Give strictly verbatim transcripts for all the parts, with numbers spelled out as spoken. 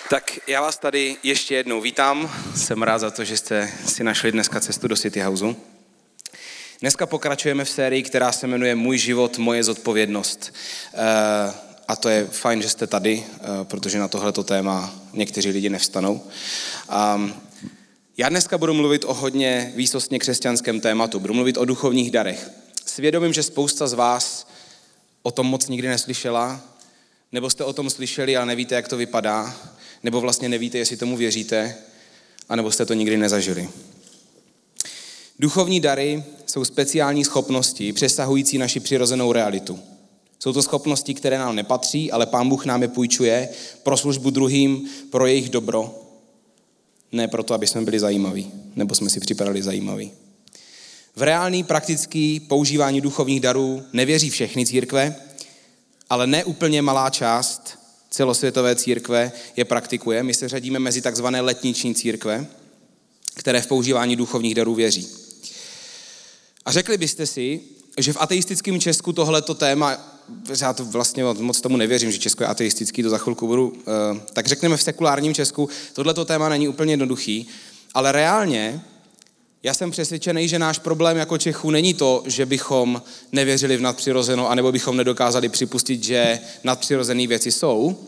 Tak já vás tady ještě jednou vítám. Jsem rád za to, že jste si našli dneska cestu do City Houseu. Dneska pokračujeme v sérii, která se jmenuje Můj život, moje zodpovědnost. A to je fajn, že jste tady, protože na tohleto téma někteří lidi nevstanou. Já dneska budu mluvit o hodně výsostně křesťanském tématu. Budu mluvit o duchovních darech. Svědomím, že spousta z vás o tom moc nikdy neslyšela, nebo jste o tom slyšeli, ale nevíte, jak to vypadá, nebo vlastně nevíte, jestli tomu věříte, anebo jste to nikdy nezažili. Duchovní dary jsou speciální schopnosti přesahující naši přirozenou realitu. Jsou to schopnosti, které nám nepatří, ale Pán Bůh nám je půjčuje pro službu druhým, pro jejich dobro. Ne proto, aby jsme byli zajímaví, nebo jsme si připadali zajímaví. V reálný praktický používání duchovních darů nevěří všechny církve, ale ne úplně malá část celosvětové církve je praktikuje. My se řadíme mezi takzvané letniční církve, které v používání duchovních darů věří. A řekli byste si, že v ateistickém Česku tohleto téma, já to vlastně moc tomu nevěřím, že Česko je ateistický, to za chvilku budu, tak řekneme v sekulárním Česku, tohleto téma není úplně jednoduchý, ale reálně já jsem přesvědčený, že náš problém jako Čechů není to, že bychom nevěřili v nadpřirozeno, anebo bychom nedokázali připustit, že nadpřirozené věci jsou.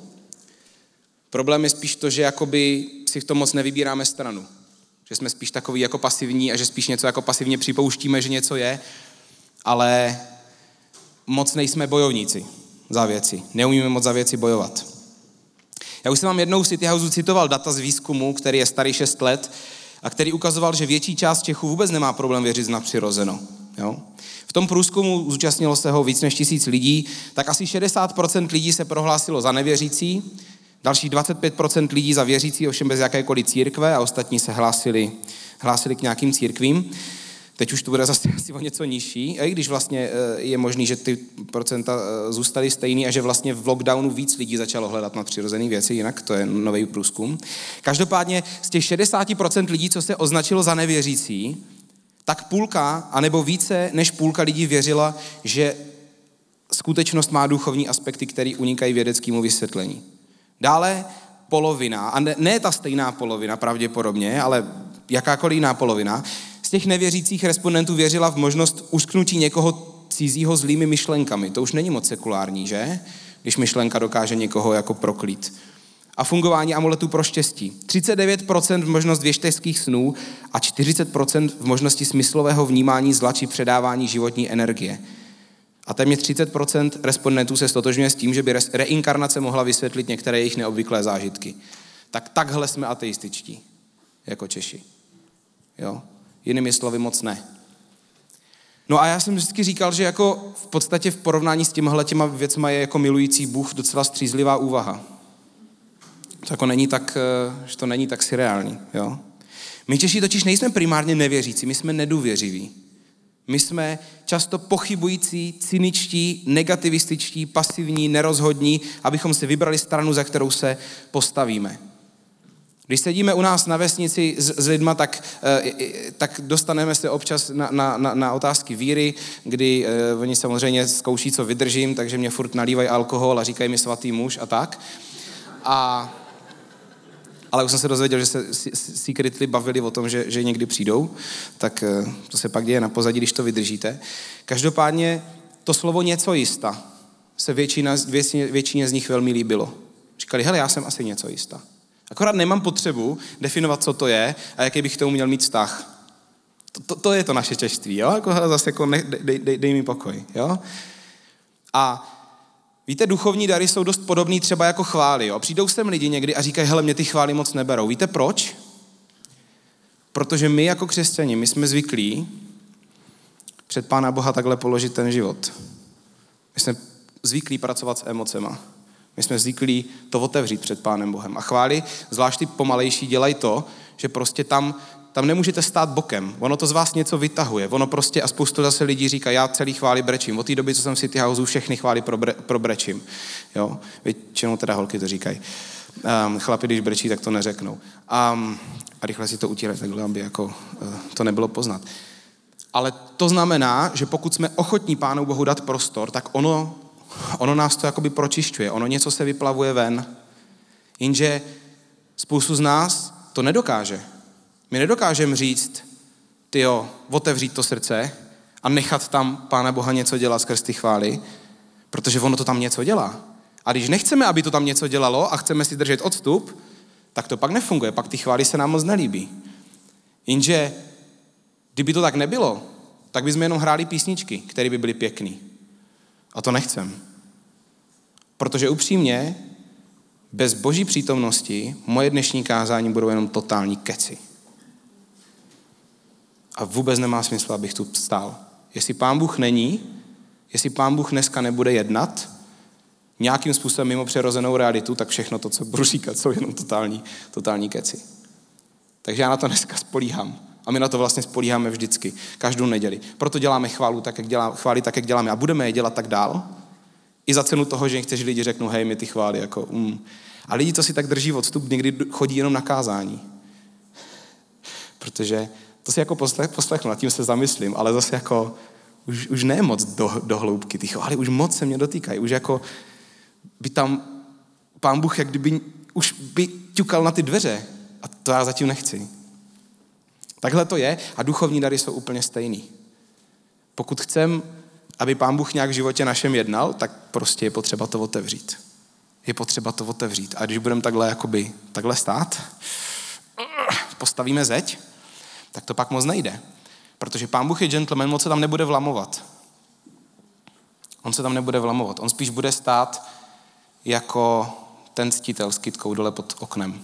Problém je spíš to, že jakoby si v tom moc nevybíráme stranu. Že jsme spíš takový jako pasivní a že spíš něco jako pasivně připouštíme, že něco je, ale moc nejsme bojovníci za věci. Neumíme moc za věci bojovat. Já už jsem vám jednou v City Houseu citoval data z výzkumu, který je starý šest let, a který ukazoval, že větší část Čechů vůbec nemá problém věřit v nadpřirozeno. Jo? V tom průzkumu zúčastnilo se ho víc než tisíc lidí, tak asi šedesát procent lidí se prohlásilo za nevěřící, dalších dvacet pět procent lidí za věřící, ovšem bez jakékoliv církve, a ostatní se hlásili, hlásili k nějakým církvím. Teď už to bude zase asi o něco nižší, i když vlastně je možný, že ty procenta zůstaly stejný a že vlastně v lockdownu víc lidí začalo hledat nadpřirozené věci, jinak to je nový průzkum. Každopádně z těch šedesát procent lidí, co se označilo za nevěřící, tak půlka, anebo více než půlka lidí věřila, že skutečnost má duchovní aspekty, které unikají vědeckému vysvětlení. Dále polovina, a ne, ne ta stejná polovina pravděpodobně, ale jakákoliv jiná polovina, z těch nevěřících respondentů věřila v možnost usknutí někoho cizího zlými myšlenkami. To už není moc sekulární, že? Když myšlenka dokáže někoho jako proklít. A fungování amuletů pro štěstí. třicet devět procent v možnost věštejských snů a čtyřicet procent v možnosti smyslového vnímání zla či předávání životní energie. A téměř třicet procent respondentů se stotožňuje s tím, že by reinkarnace mohla vysvětlit některé jejich neobvyklé zážitky. Tak takhle jsme ateističtí, jako Češi. Jo? Jinými slovy moc ne. No a já jsem vždycky říkal, že jako v podstatě v porovnání s těmhle těma věcma je jako milující Bůh docela střízlivá úvaha. To jako není tak, že to není tak surreální, jo. My Češi totiž nejsme primárně nevěřící, my jsme nedůvěřiví. My jsme často pochybující, cyničtí, negativističtí, pasivní, nerozhodní, abychom si vybrali stranu, za kterou se postavíme. Když sedíme u nás na vesnici s, s lidma, tak, tak dostaneme se občas na, na, na, na otázky víry, kdy eh, oni samozřejmě zkouší, co vydržím, takže mě furt nalívají alkohol a říkají mi svatý muž a tak. A, ale už jsem se dozvěděl, že se secretly bavili o tom, že, že někdy přijdou, tak eh, to se pak děje na pozadí, když to vydržíte. Každopádně to slovo něco jista se většina, většině, většině z nich velmi líbilo. Říkali, hele, já jsem asi něco jista. Akorát nemám potřebu definovat, co to je a jaký bych k tomu měl mít vztah. To, to, to je to naše češství, jo? Jako, hele, zase jako ne, dej, dej, dej mi pokoj, jo? A víte, duchovní dary jsou dost podobný třeba jako chvály, jo? Přijdou sem lidi někdy a říkají, hele, mě ty chvály moc neberou. Víte proč? Protože my jako křesťani, my jsme zvyklí před Pána Boha takhle položit ten život. My jsme zvyklí pracovat s emocema. My jsme zvyklí to otevřít před Pánem Bohem. A chvály, zvlášť ty pomalejší, dělají to, že prostě tam, tam nemůžete stát bokem. Ono to z vás něco vytahuje. Ono prostě, a spoustu zase lidí říká, já celý chvály brečím. Od té doby, co jsem v City Houseu, všechny chvály probre, probrečím. Jo? Většinou teda holky to říkají. Um, chlapi, když brečí, tak to neřeknou. Um, a rychle si to utírají takhle, aby jako, uh, to nebylo poznat. Ale to znamená, že pokud jsme ochotní Pánu Bohu dát prostor, tak ono Ono nás to jakoby pročišťuje, ono něco se vyplavuje ven. Jenže Spoustu z nás to nedokáže. My nedokážeme říct, tyjo, otevřít to srdce a nechat tam Pána Boha něco dělat skrz ty chvály, protože ono to tam něco dělá. A když nechceme, aby to tam něco dělalo a chceme si držet odstup, tak to pak nefunguje, pak ty chvály se nám moc nelíbí. Jenže, kdyby to tak nebylo, tak bychom jenom hráli písničky, které by byly pěkný. A to nechcem. Protože upřímně, bez Boží přítomnosti moje dnešní kázání budou jenom totální keci. A vůbec nemá smysl, abych tu stál. Jestli Pán Bůh není, jestli Pán Bůh dneska nebude jednat nějakým způsobem mimo přirozenou realitu, tak všechno to, co budu říkat, jsou jenom totální, totální keci. Takže já na to dneska spolíhám. A my na to vlastně spolíháme vždycky, každou neděli. Proto děláme chválu tak, jak dělá, chvály tak, jak děláme. A budeme je dělat tak dál. I za cenu toho, že někteří lidi řeknou, hej, my ty chvály, jako um. A lidi, co si tak drží odstup, někdy chodí jenom na kázání. Protože to si jako poslech, poslechnu, nad tím se zamyslím, ale zase jako už, už ne moc do, do hloubky. Ty chvály už moc se mě dotýkají. Už jako by tam Pán Bůh jak kdyby už by ťukal na ty dveře. A to já zatím nechci. Takhle to je a duchovní dary jsou úplně stejný. Pokud chcem, aby Pán Bůh nějak v životě našem jednal, tak prostě je potřeba to otevřít. Je potřeba to otevřít. A když budeme takhle, jakoby, takhle stát, postavíme zeď, tak to pak moc nejde. Protože Pán Bůh je gentleman, moc se tam nebude vlamovat. On se tam nebude vlamovat. On spíš bude stát jako ten ctitel s kytkou dole pod oknem.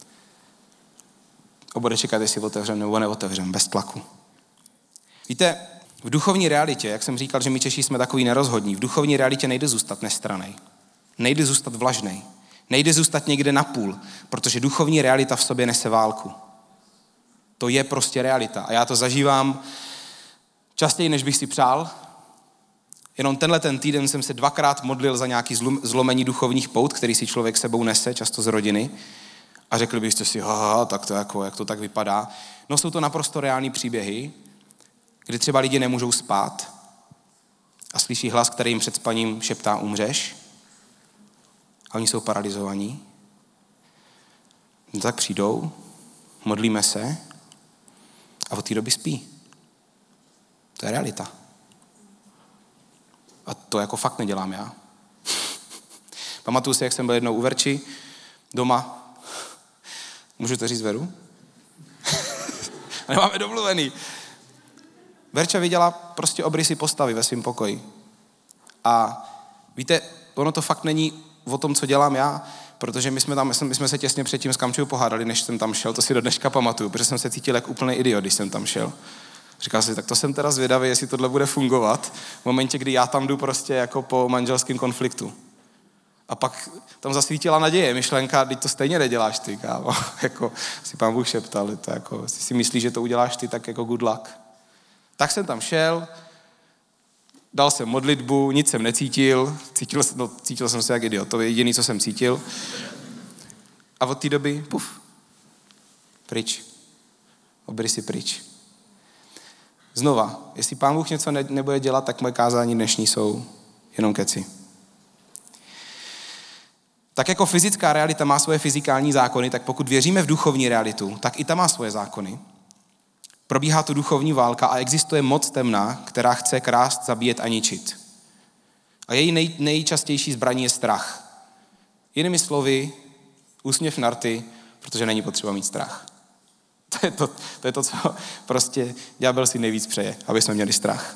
A bude čekat, jestli otevřem nebo neotevřem, bez tlaku. Víte, v duchovní realitě, jak jsem říkal, že my Češi jsme takový nerozhodní, v duchovní realitě nejde zůstat nestranej. Nejde zůstat vlažnej. Nejde zůstat někde napůl, protože duchovní realita v sobě nese válku. To je prostě realita. A já to zažívám častěji, než bych si přál. Jenom tenhle ten týden jsem se dvakrát modlil za nějaký zlomení duchovních pout, který si člověk sebou nese, často z rodiny. A řekli byste si, haha, tak to jako, jak to tak vypadá. No jsou to naprosto reální příběhy, kdy třeba lidi nemůžou spát a slyší hlas, který jim před spaním šeptá umřeš a oni jsou paralizovaní. No tak přijdou, modlíme se a od té doby spí. To je realita. A to jako fakt nedělám já. Pamatuju si, jak jsem byl jednou u Verči doma. Můžu to říct Veru? Nemáme domluvený. Verča viděla prostě obrysy postavy ve svém pokoji. A víte, ono to fakt není o tom, co dělám já, protože my jsme, tam, my jsme se těsně předtím s Kamčou pohádali, než jsem tam šel, to si do dneška pamatuju, protože jsem se cítil jak úplný idiot, když jsem tam šel. Říkal jsem si, tak to jsem teda zvědavý, jestli tohle bude fungovat v momentě, kdy já tam jdu prostě jako po manželském konfliktu. A pak tam zasvítila naděje, myšlenka, teď to stejně neděláš ty, kámo. Jako si Pán Bůh šeptal, to jako, jestli si myslíš, že to uděláš ty, tak jako good luck. Tak jsem tam šel, dal jsem modlitbu, nic jsem necítil, cítil, no, cítil jsem se jak idiot, to je jediný, co jsem cítil. A od té doby, puf, pryč. Obrysy pryč. Znova, jestli Pán Bůh něco ne, nebude dělat, tak moje kázání dnešní jsou jenom keci. Tak jako fyzická realita má svoje fyzikální zákony, tak pokud věříme v duchovní realitu, tak i ta má svoje zákony. Probíhá tu duchovní válka a existuje moc temná, která chce krást, zabíjet a ničit. A její nej, nejčastější zbraní je strach. Jinými slovy, úsměv na rty, protože není potřeba mít strach. To je to, to, je to co prostě ďábel si nejvíc přeje, aby jsme měli strach.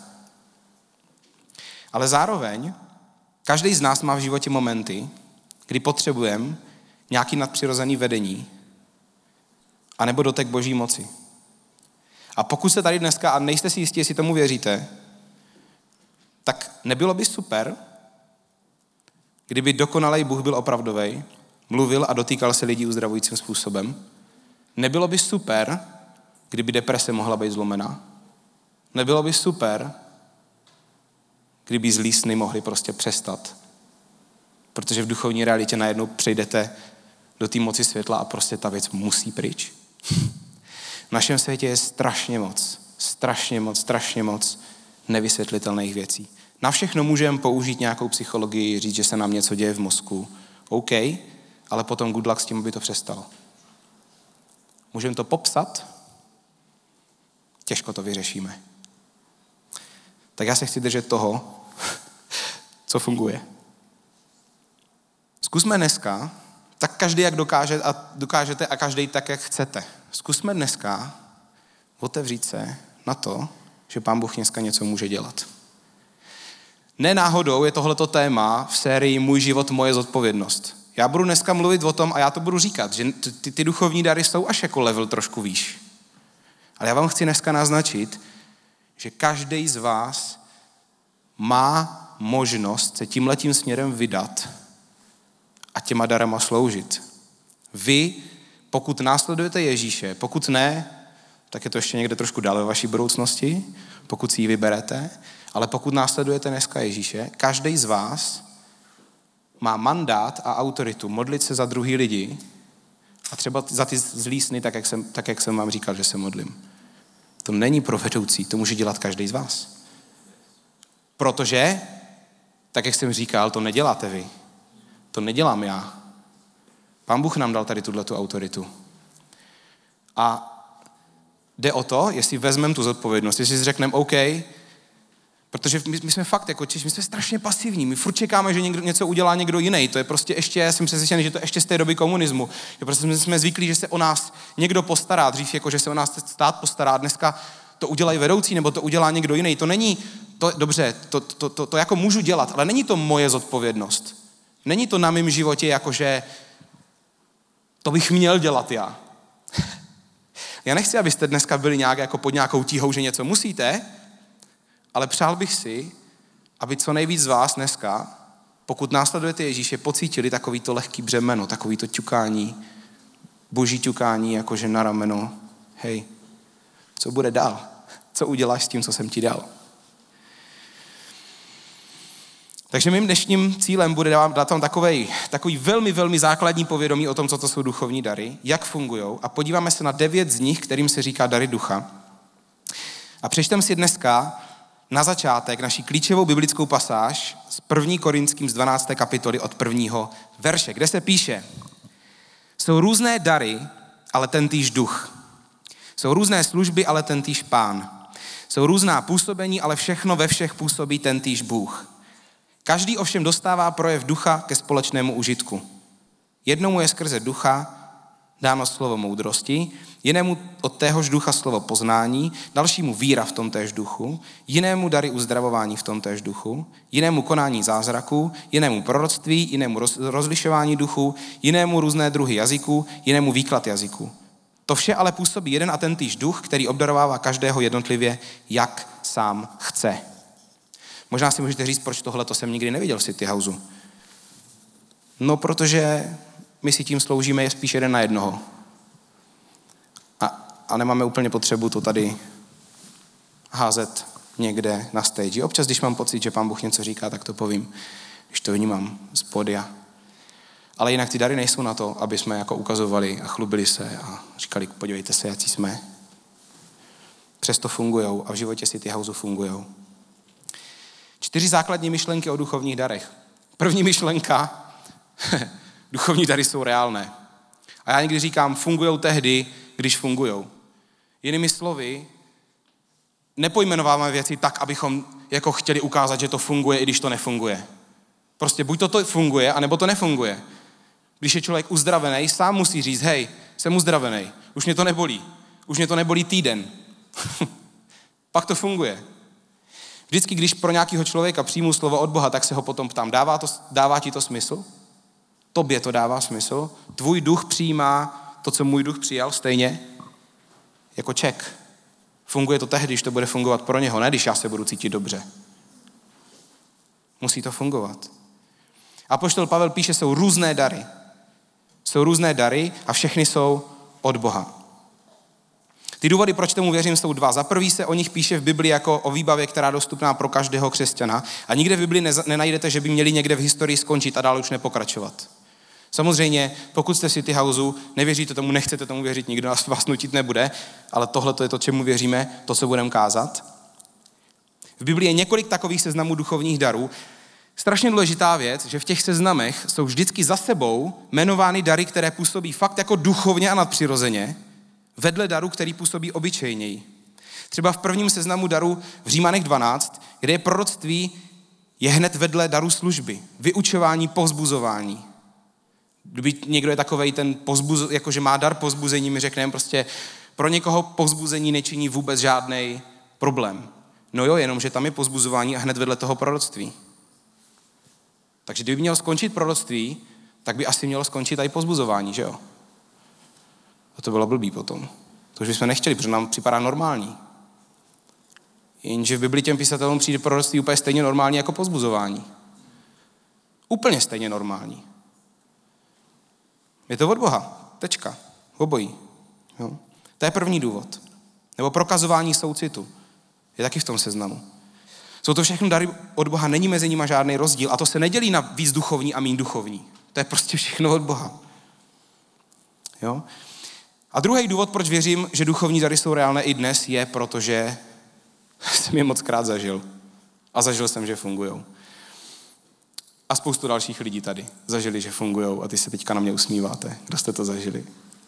Ale zároveň každý z nás má v životě momenty, kdy potřebujeme nějaký nadpřirozený vedení anebo dotek Boží moci. A pokud jste tady dneska a nejste si jistí, jestli tomu věříte, tak nebylo by super, kdyby dokonalý Bůh byl opravdový, mluvil a dotýkal se lidí uzdravujícím způsobem. Nebylo by super, kdyby deprese mohla být zlomená. Nebylo by super, kdyby zlý sny mohly prostě přestat. Protože v duchovní realitě najednou přejdete do té moci světla a prostě ta věc musí pryč. V našem světě je strašně moc, strašně moc, strašně moc nevysvětlitelných věcí. Na všechno můžeme použít nějakou psychologii, říct, že se nám něco děje v mozku. OK, ale potom good luck s tím, aby to přestalo. Můžeme to popsat? Těžko to vyřešíme. Tak já se chci držet toho, co funguje. Zkusme dneska, tak každý jak dokáže a dokážete a každý tak, jak chcete. Zkusme dneska otevřít se na to, že Pán Bůh dneska něco může dělat. Ne náhodou je tohleto téma v sérii Můj život, moje zodpovědnost. Já budu dneska mluvit o tom a já to budu říkat, že ty, ty duchovní dary jsou až jako level trošku výš. Ale já vám chci dneska naznačit, že každý z vás má možnost se tímhletím směrem vydat a těma darama sloužit. Vy, pokud následujete Ježíše, pokud ne, tak je to ještě někde trošku dál ve vaší budoucnosti, pokud si ji vyberete, ale pokud následujete dneska Ježíše, každý z vás má mandát a autoritu modlit se za druhý lidi a třeba za ty zlý sny, tak jak jsem, tak jak jsem vám říkal, že se modlím. To není pro vedoucí, to může dělat každý z vás. Protože, tak jak jsem říkal, to neděláte vy. To nedělám já. Pán Bůh nám dal tady tuhletu autoritu. A jde o to, jestli vezmeme tu zodpovědnost, jestli si řekneme OK, protože my, my jsme fakt jako Češi, my jsme strašně pasivní, my furt čekáme, že někdo, něco udělá někdo jiný, to je prostě ještě, já jsem přesvědčený, že to ještě z té doby komunismu, že prostě my jsme zvyklí, že se o nás někdo postará, dřív jako, že se o nás stát postará, dneska to udělají vedoucí, nebo to udělá někdo jiný, to není, to, dobře, to, to, to, to jako můžu dělat, ale není to moje zodpovědnost. Není to na mém životě, jakože to bych měl dělat já. Já nechci, abyste dneska byli nějak jako pod nějakou tíhou, že něco musíte, ale přál bych si, aby co nejvíc z vás dneska, pokud následujete Ježíše, pocítili takovýto lehký břemeno, takovýto ťukání, boží ťukání, jakože na rameno. Hej, co bude dál? Co uděláš s tím, co jsem ti dal? Takže mým dnešním cílem bude dát vám takovej, takový velmi, velmi základní povědomí o tom, co to jsou duchovní dary, jak fungujou a podíváme se na devět z nich, kterým se říká dary ducha. A přečtem si dneska na začátek naší klíčovou biblickou pasáž z první Korinským z dvanácté kapitoly od prvního verše, kde se píše: Jsou různé dary, ale tentýž duch. Jsou různé služby, ale tentýž Pán. Jsou různá působení, ale všechno ve všech působí tentýž Bůh. Každý ovšem dostává projev ducha ke společnému užitku. Jednomu je skrze ducha dáno slovo moudrosti, jinému od téhož ducha slovo poznání, dalšímu víra v tom též duchu, jinému dary uzdravování v tom též duchu, jinému konání zázraků, jinému proroctví, jinému roz, rozlišování duchu, jinému různé druhy jazyků, jinému výklad jazyků. To vše ale působí jeden a tentýž duch, který obdarovává každého jednotlivě, jak sám chce. Možná si můžete říct, proč tohle to jsem nikdy neviděl v City Houseu. No, protože my si tím sloužíme je spíš jeden na jednoho. A, a nemáme úplně potřebu to tady házet někde na stage. Občas, když mám pocit, že Pán Bůh něco říká, tak to povím, když to vnímám z pódia. Ale jinak ty dary nejsou na to, aby jsme jako ukazovali a chlubili se a říkali, podívejte se, jaký jsme. Přesto fungujou a v životě City Houseu fungujou. Čtyři základní myšlenky o duchovních darech. První myšlenka, duchovní dary jsou reálné. A já někdy říkám, fungujou tehdy, když fungujou. Jinými slovy, nepojmenováváme věci tak, abychom jako chtěli ukázat, že to funguje, i když to nefunguje. Prostě buď to, to funguje, anebo to nefunguje. Když je člověk uzdravený, sám musí říct, hej, jsem uzdravený, už mě to nebolí, už mě to nebolí týden. Pak to funguje. Vždycky, když pro nějakého člověka přijmu slovo od Boha, tak se ho potom ptám, dává, to, dává ti to smysl? Tobě to dává smysl? Tvůj duch přijímá to, co můj duch přijal, stejně jako ček. Funguje to tehdy, když to bude fungovat pro něho, ne když já se budu cítit dobře. Musí to fungovat. Apoštol Pavel píše, jsou různé dary. Jsou různé dary a všechny jsou od Boha. Ty důvody, proč tomu věřím, jsou dva. Za prvý se o nich píše v Biblii jako o výbavě, která je dostupná pro každého křesťana. A nikde v Biblii nenajdete, že by měli někde v historii skončit a dál už nepokračovat. Samozřejmě, pokud jste v City Houseu, nevěříte tomu, nechcete tomu věřit, nikdo vás nutit nebude, ale tohle to je to, čemu věříme, to, co budeme kázat. V Biblii je několik takových seznamů duchovních darů. Strašně důležitá věc, že v těch seznamech jsou vždycky za sebou jmenovány dary, které působí fakt jako duchovně a nadpřirozeně, vedle daru, který působí obyčejněji. Třeba v prvním seznamu daru v Římanech dvanáct, kde je proroctví, je hned vedle daru služby, vyučování, povzbuzování. Kdyby někdo je takovej ten povzbuz, jakože má dar povzbuzení, my řekneme prostě, pro někoho povzbuzení nečiní vůbec žádný problém. No jo, jenom, že tam je povzbuzování a hned vedle toho proroctví. Takže kdyby mělo skončit proroctví, tak by asi mělo skončit i povzbuzování, že jo? A to bylo blbý potom. To už bychom nechtěli, protože nám připadá normální. Jenže v Biblii těm písatelům přijde proroctví úplně stejně normální jako povzbuzování. Úplně stejně normální. Je to od Boha. Tečka. Obojí. Jo? To je první důvod. Nebo prokazování soucitu. Je taky v tom seznamu. Jsou to všechno dary od Boha, není mezi nimi žádný rozdíl. A to se nedělí na víc duchovní a míň duchovní. To je prostě všechno od Boha. Jo? A druhý důvod, proč věřím, že duchovní dary jsou reálné i dnes, je, protože jsem je moc krát zažil. A zažil jsem, že fungujou. A spoustu dalších lidí tady zažili, že fungujou a ty se teďka na mě usmíváte. Kdo jste to zažili?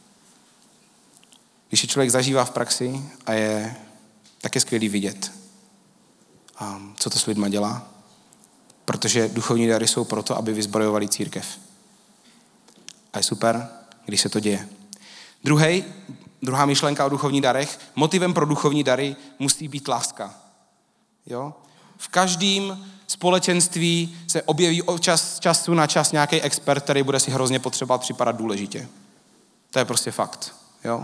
Když je člověk zažívá v praxi a je, tak je skvělý vidět, a co to s lidma dělá. Protože duchovní dary jsou proto, aby vyzbrojovali církev. A je super, když se to děje. Druhý, druhá myšlenka o duchovních darech, motivem pro duchovní dary musí být láska. Jo? V každém společenství se objeví od čas, času na čas nějaký expert, který bude si hrozně potřebovat připadat důležitě. To je prostě fakt. Jo?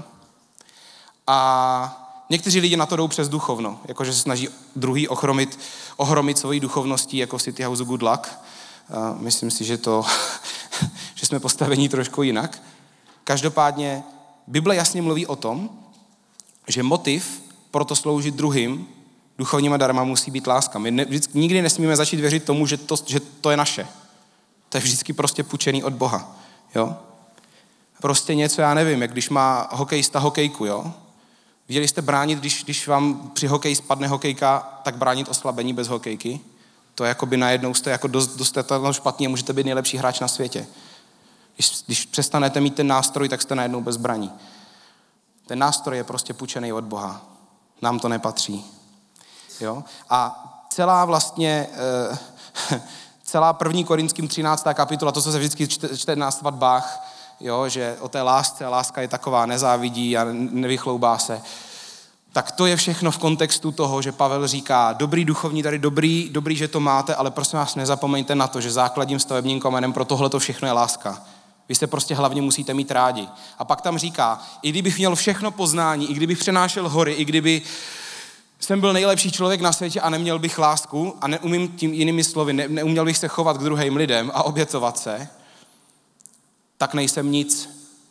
A někteří lidi na to jdou přes duchovno, jakože se snaží druhý ochromit, ohromit svojí duchovností, jako v City House Good Luck. A myslím si, že, to, že jsme postavení trošku jinak. Každopádně Bible jasně mluví o tom, že motiv pro to sloužit druhým duchovníma darma musí být láska. My ne, vždycky, nikdy nesmíme začít věřit tomu, že to, že to je naše. To je vždycky prostě půjčený od Boha. Jo? Prostě něco, já nevím, jak když má hokejista hokejku, jo? Viděli jste bránit, když, když vám při hokeji spadne hokejka, tak bránit oslabení bez hokejky? To je jako by najednou jste jako dost, dost špatný a můžete být nejlepší hráč na světě. Když, když přestanete mít ten nástroj, tak jste najednou bez zbraní. Ten nástroj je prostě půjčený od Boha. Nám to nepatří. Jo? A celá vlastně, e, celá první Korinským třináctá kapitola, to, co se vždycky čte, čte na svatbách, jo, že o té lásce, láska je taková, nezávidí a nevychloubá se, tak to je všechno v kontextu toho, že Pavel říká, dobrý duchovní dary, dobrý, dobrý, že to máte, ale prosím vás, nezapomeňte na to, že základním stavebním kamenem pro tohle to všechno je láska. Vy se prostě hlavně musíte mít rádi. A pak tam říká, i kdybych měl všechno poznání, i kdybych přenášel hory, i kdyby jsem byl nejlepší člověk na světě a neměl bych lásku a neumím tím jinými slovy, ne, neuměl bych se chovat k druhým lidem a obětovat se, tak nejsem nic.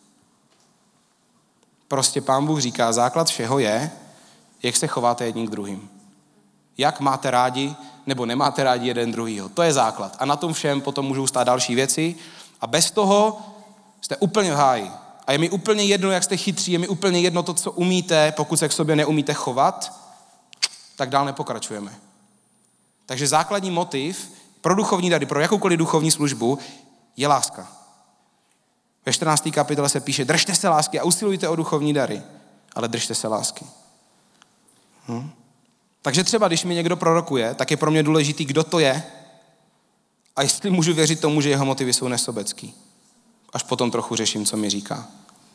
Prostě Pán Bůh říká, základ všeho je, jak se chováte jedním k druhým. Jak máte rádi nebo nemáte rádi jeden druhýho. To je základ. A na tom všem potom můžou stát další věci. A bez toho jste úplně v háji. A je mi úplně jedno, jak jste chytří, je mi úplně jedno to, co umíte, pokud se k sobě neumíte chovat, tak dál nepokračujeme. Takže základní motiv pro duchovní dary, pro jakoukoliv duchovní službu je láska. Ve čtrnácté kapitole se píše, držte se lásky a usilujte o duchovní dary, ale držte se lásky. Hm? Takže třeba, když mi někdo prorokuje, tak je pro mě důležitý, kdo to je a jestli můžu věřit tomu, že jeho motivy jsou nesobecký. Až potom trochu řeším, co mi říká.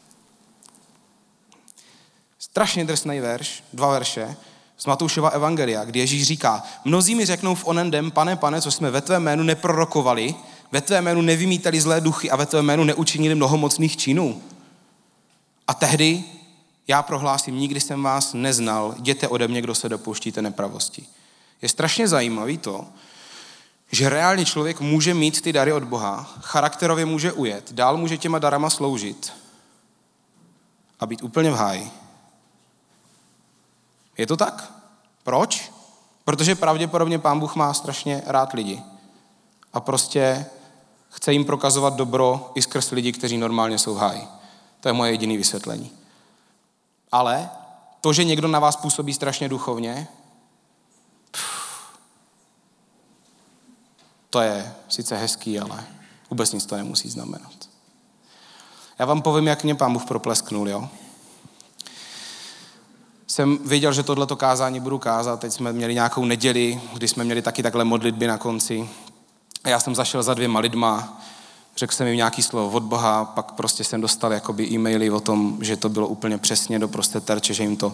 Strašně drsný verš, dva verše, z Matoušova evangelia, kdy Ježíš říká, mnozí mi řeknou v onen den, pane, pane, co jsme ve tvém jménu neprorokovali, ve tvém jménu nevymítali zlé duchy a ve tvém jménu neučinili mnoho mocných činů. A tehdy já prohlásím, nikdy jsem vás neznal, jděte ode mě, kdo se dopouštíte nepravosti. Je strašně zajímavý to, že reálně člověk může mít ty dary od Boha, charakterově může ujet, dál může těma darama sloužit a být úplně v háji. Je to tak? Proč? Protože pravděpodobně Pán Bůh má strašně rád lidi. A prostě chce jim prokazovat dobro i skrz lidi, kteří normálně jsou v háji. To je moje jediné vysvětlení. Ale to, že někdo na vás působí strašně duchovně, pff, to je sice hezký, ale vůbec nic to nemusí znamenat. Já vám povím, jak mě Pán Bůh proplesknul, jo? jsem věděl, že tohleto kázání budu kázat. Teď jsme měli nějakou neděli, kdy jsme měli taky takhle modlitby na konci. A já jsem zašel za dvěma lidma, řekl jsem jim nějaký slovo od Boha, pak prostě jsem dostal jakoby e-maily o tom, že to bylo úplně přesně do prosté terče, že jim to,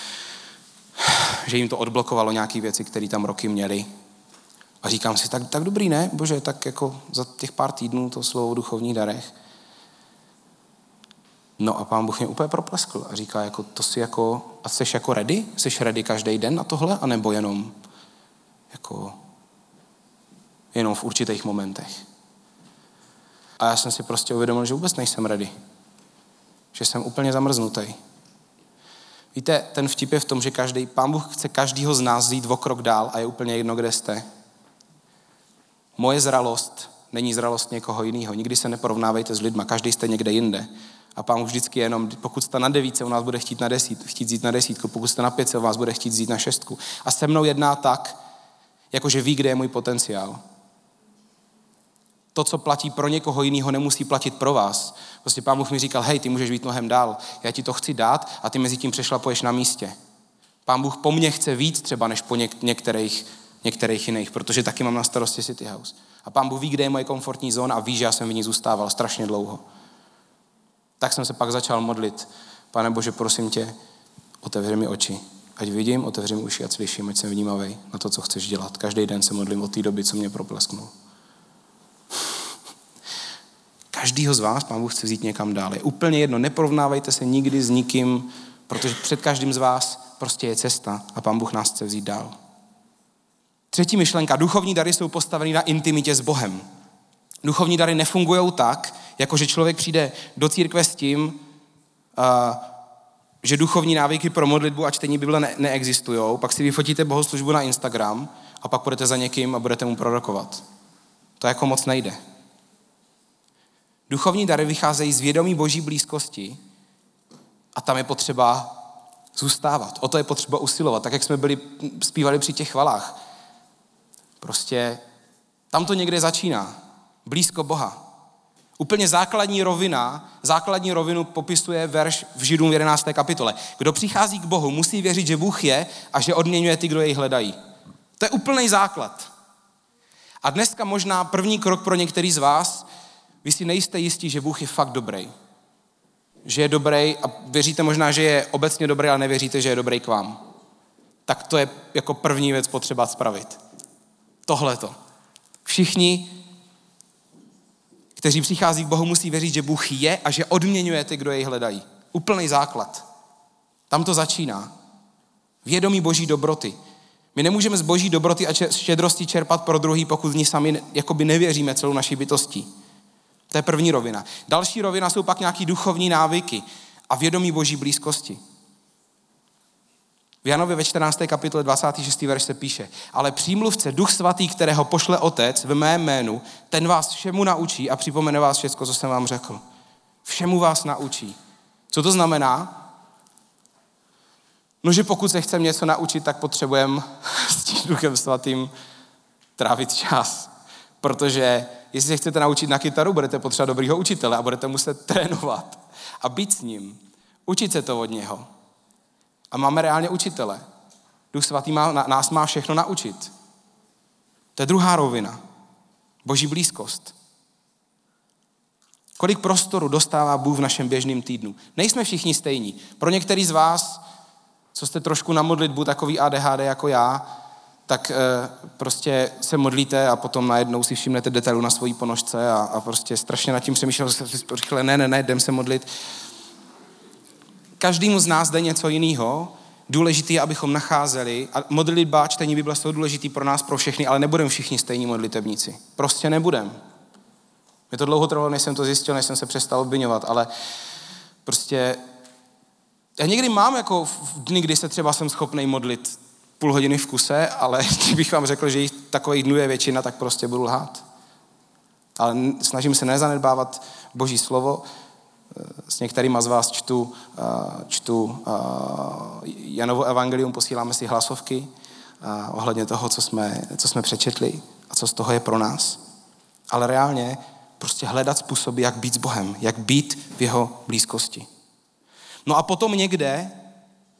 že jim to odblokovalo nějaké věci, které tam roky měli. A říkám si, tak, tak dobrý, ne? Bože, tak jako za těch pár týdnů to slovo o duchovních darech. No a Pán Bůh mě úplně propleskl a říká, jako to si jako, a jsi jako ready? Jsi ready každý den na tohle? A nebo jenom jako jenom v určitých momentech? A já jsem si prostě uvědomil, že vůbec nejsem ready. Že jsem úplně zamrznutý. Víte, ten vtip je v tom, že každý, Pán Bůh chce každýho z nás jít o krok dál a je úplně jedno, kde jste. Moje zralost není zralost někoho jiného. Nikdy se neporovnávejte s lidma, každý jste někde jinde. A Pán Bůh vždycky jenom, pokud jste na devíce, u nás bude chtít na desít, chtít jít na desítku, pokud jste na pětce, u vás bude chtít jít na šestku. A se mnou jedná tak, jakože ví, kde je můj potenciál. To, co platí pro někoho jiného, nemusí platit pro vás. Prostě Pán Bůh mi říkal, hej, ty můžeš být mnohem dál, já ti to chci dát a ty mezi tím přešlapuješ na místě. Pán Bůh po mně chce víc třeba než po něk- některých, některých jiných, protože taky mám na starosti City House. A Pán Bůh ví, kde je moje komfortní zóna a ví, že já jsem v ní zůstával strašně dlouho. Tak jsem se pak začal modlit. Pane Bože, prosím tě, otevři mi oči. Ať vidím, otevři mi uši, ať slyším, ať jsem vnímavý na to, co chceš dělat. Každý den se modlím od té doby, co mě proplesknul. Každýho z vás Pán Bůh chce vzít někam dál. Je úplně jedno, neporovnávejte se nikdy s nikým, protože před každým z vás prostě je cesta a Pán Bůh nás chce vzít dál. Třetí myšlenka. Duchovní dary jsou postaveny na intimitě s Bohem. Duchovní dary nefungují tak, jako že člověk přijde do církve s tím, uh, že duchovní návyky pro modlitbu a čtení Bible ne- neexistují, pak si vyfotíte bohoslužbu na Instagram a pak půjdete za někým a budete mu prorokovat. To jako moc nejde. Duchovní dary vycházejí z vědomí Boží blízkosti a tam je potřeba zůstávat. O to je potřeba usilovat, tak jak jsme byli zpívali při těch chvalách. Prostě tam to někde začíná. Blízko Boha. Úplně základní rovina, základní rovinu popisuje verš v Židům v jedenácté kapitole. Kdo přichází k Bohu, musí věřit, že Bůh je a že odměňuje ty, kdo jej hledají. To je úplný základ. A dneska možná první krok pro některý z vás, vy si nejste jistí, že Bůh je fakt dobrý. Že je dobrý a věříte možná, že je obecně dobrý, ale nevěříte, že je dobrý k vám. Tak to je jako první věc potřeba spravit. Tohleto. Všichni, kteří přichází k Bohu, musí věřit, že Bůh je a že odměňuje ty, kdo jej hledají. Úplný základ. Tam to začíná. Vědomí Boží dobroty. My nemůžeme z Boží dobroty a štědrosti čerpat pro druhý, pokud v ní sami jakoby nevěříme celou naší bytostí. To je první rovina. Další rovina jsou pak nějaký duchovní návyky a vědomí Boží blízkosti. V Janově ve čtrnácté kapitole dvacátý šestý verš se píše: ale přímluvce, Duch Svatý, kterého pošle Otec ve mém jménu, ten vás všemu naučí a připomene vás všecko, co jsem vám řekl. Všemu vás naučí. Co to znamená? No, že pokud se chceme něco naučit, tak potřebujeme s tím Duchem Svatým trávit čas. Protože jestli se chcete naučit na kytaru, budete potřebovat dobrýho učitele a budete muset trénovat a být s ním. Učit se to od něho. A máme reálně učitele. Duch Svatý má, nás má všechno naučit. To je druhá rovina. Boží blízkost. Kolik prostoru dostává Bůh v našem běžném týdnu? Nejsme všichni stejní. Pro některý z vás, co jste trošku na modlitbu, takový A D H D jako já, tak e, prostě se modlíte a potom najednou si všimnete detailu na svojí ponožce a, a prostě strašně nad tím přemýšlel, že si rychle, ne, ne, ne, jdem se modlit. Každému z nás jde něco jiného. Důležité je, abychom nacházeli, a modlitba, čtení Bible jsou důležitý pro nás, pro všechny, ale nebudeme všichni stejní modlitebníci. Prostě nebudeme. Mě to dlouho trvalo, než jsem to zjistil, než jsem se přestal obviňovat, ale prostě já někdy mám jako v dny, kdy se třeba jsem schopnej modlit půl hodiny v kuse, ale kdybych vám řekl, že jich takových dnů je většina, tak prostě budu lhát. Ale snažím se nezanedbávat Boží slovo. S některýma z vás čtu, čtu Janovo evangelium, posíláme si hlasovky ohledně toho, co jsme, co jsme přečetli a co z toho je pro nás. Ale reálně prostě hledat způsoby, jak být s Bohem, jak být v jeho blízkosti. No a potom někde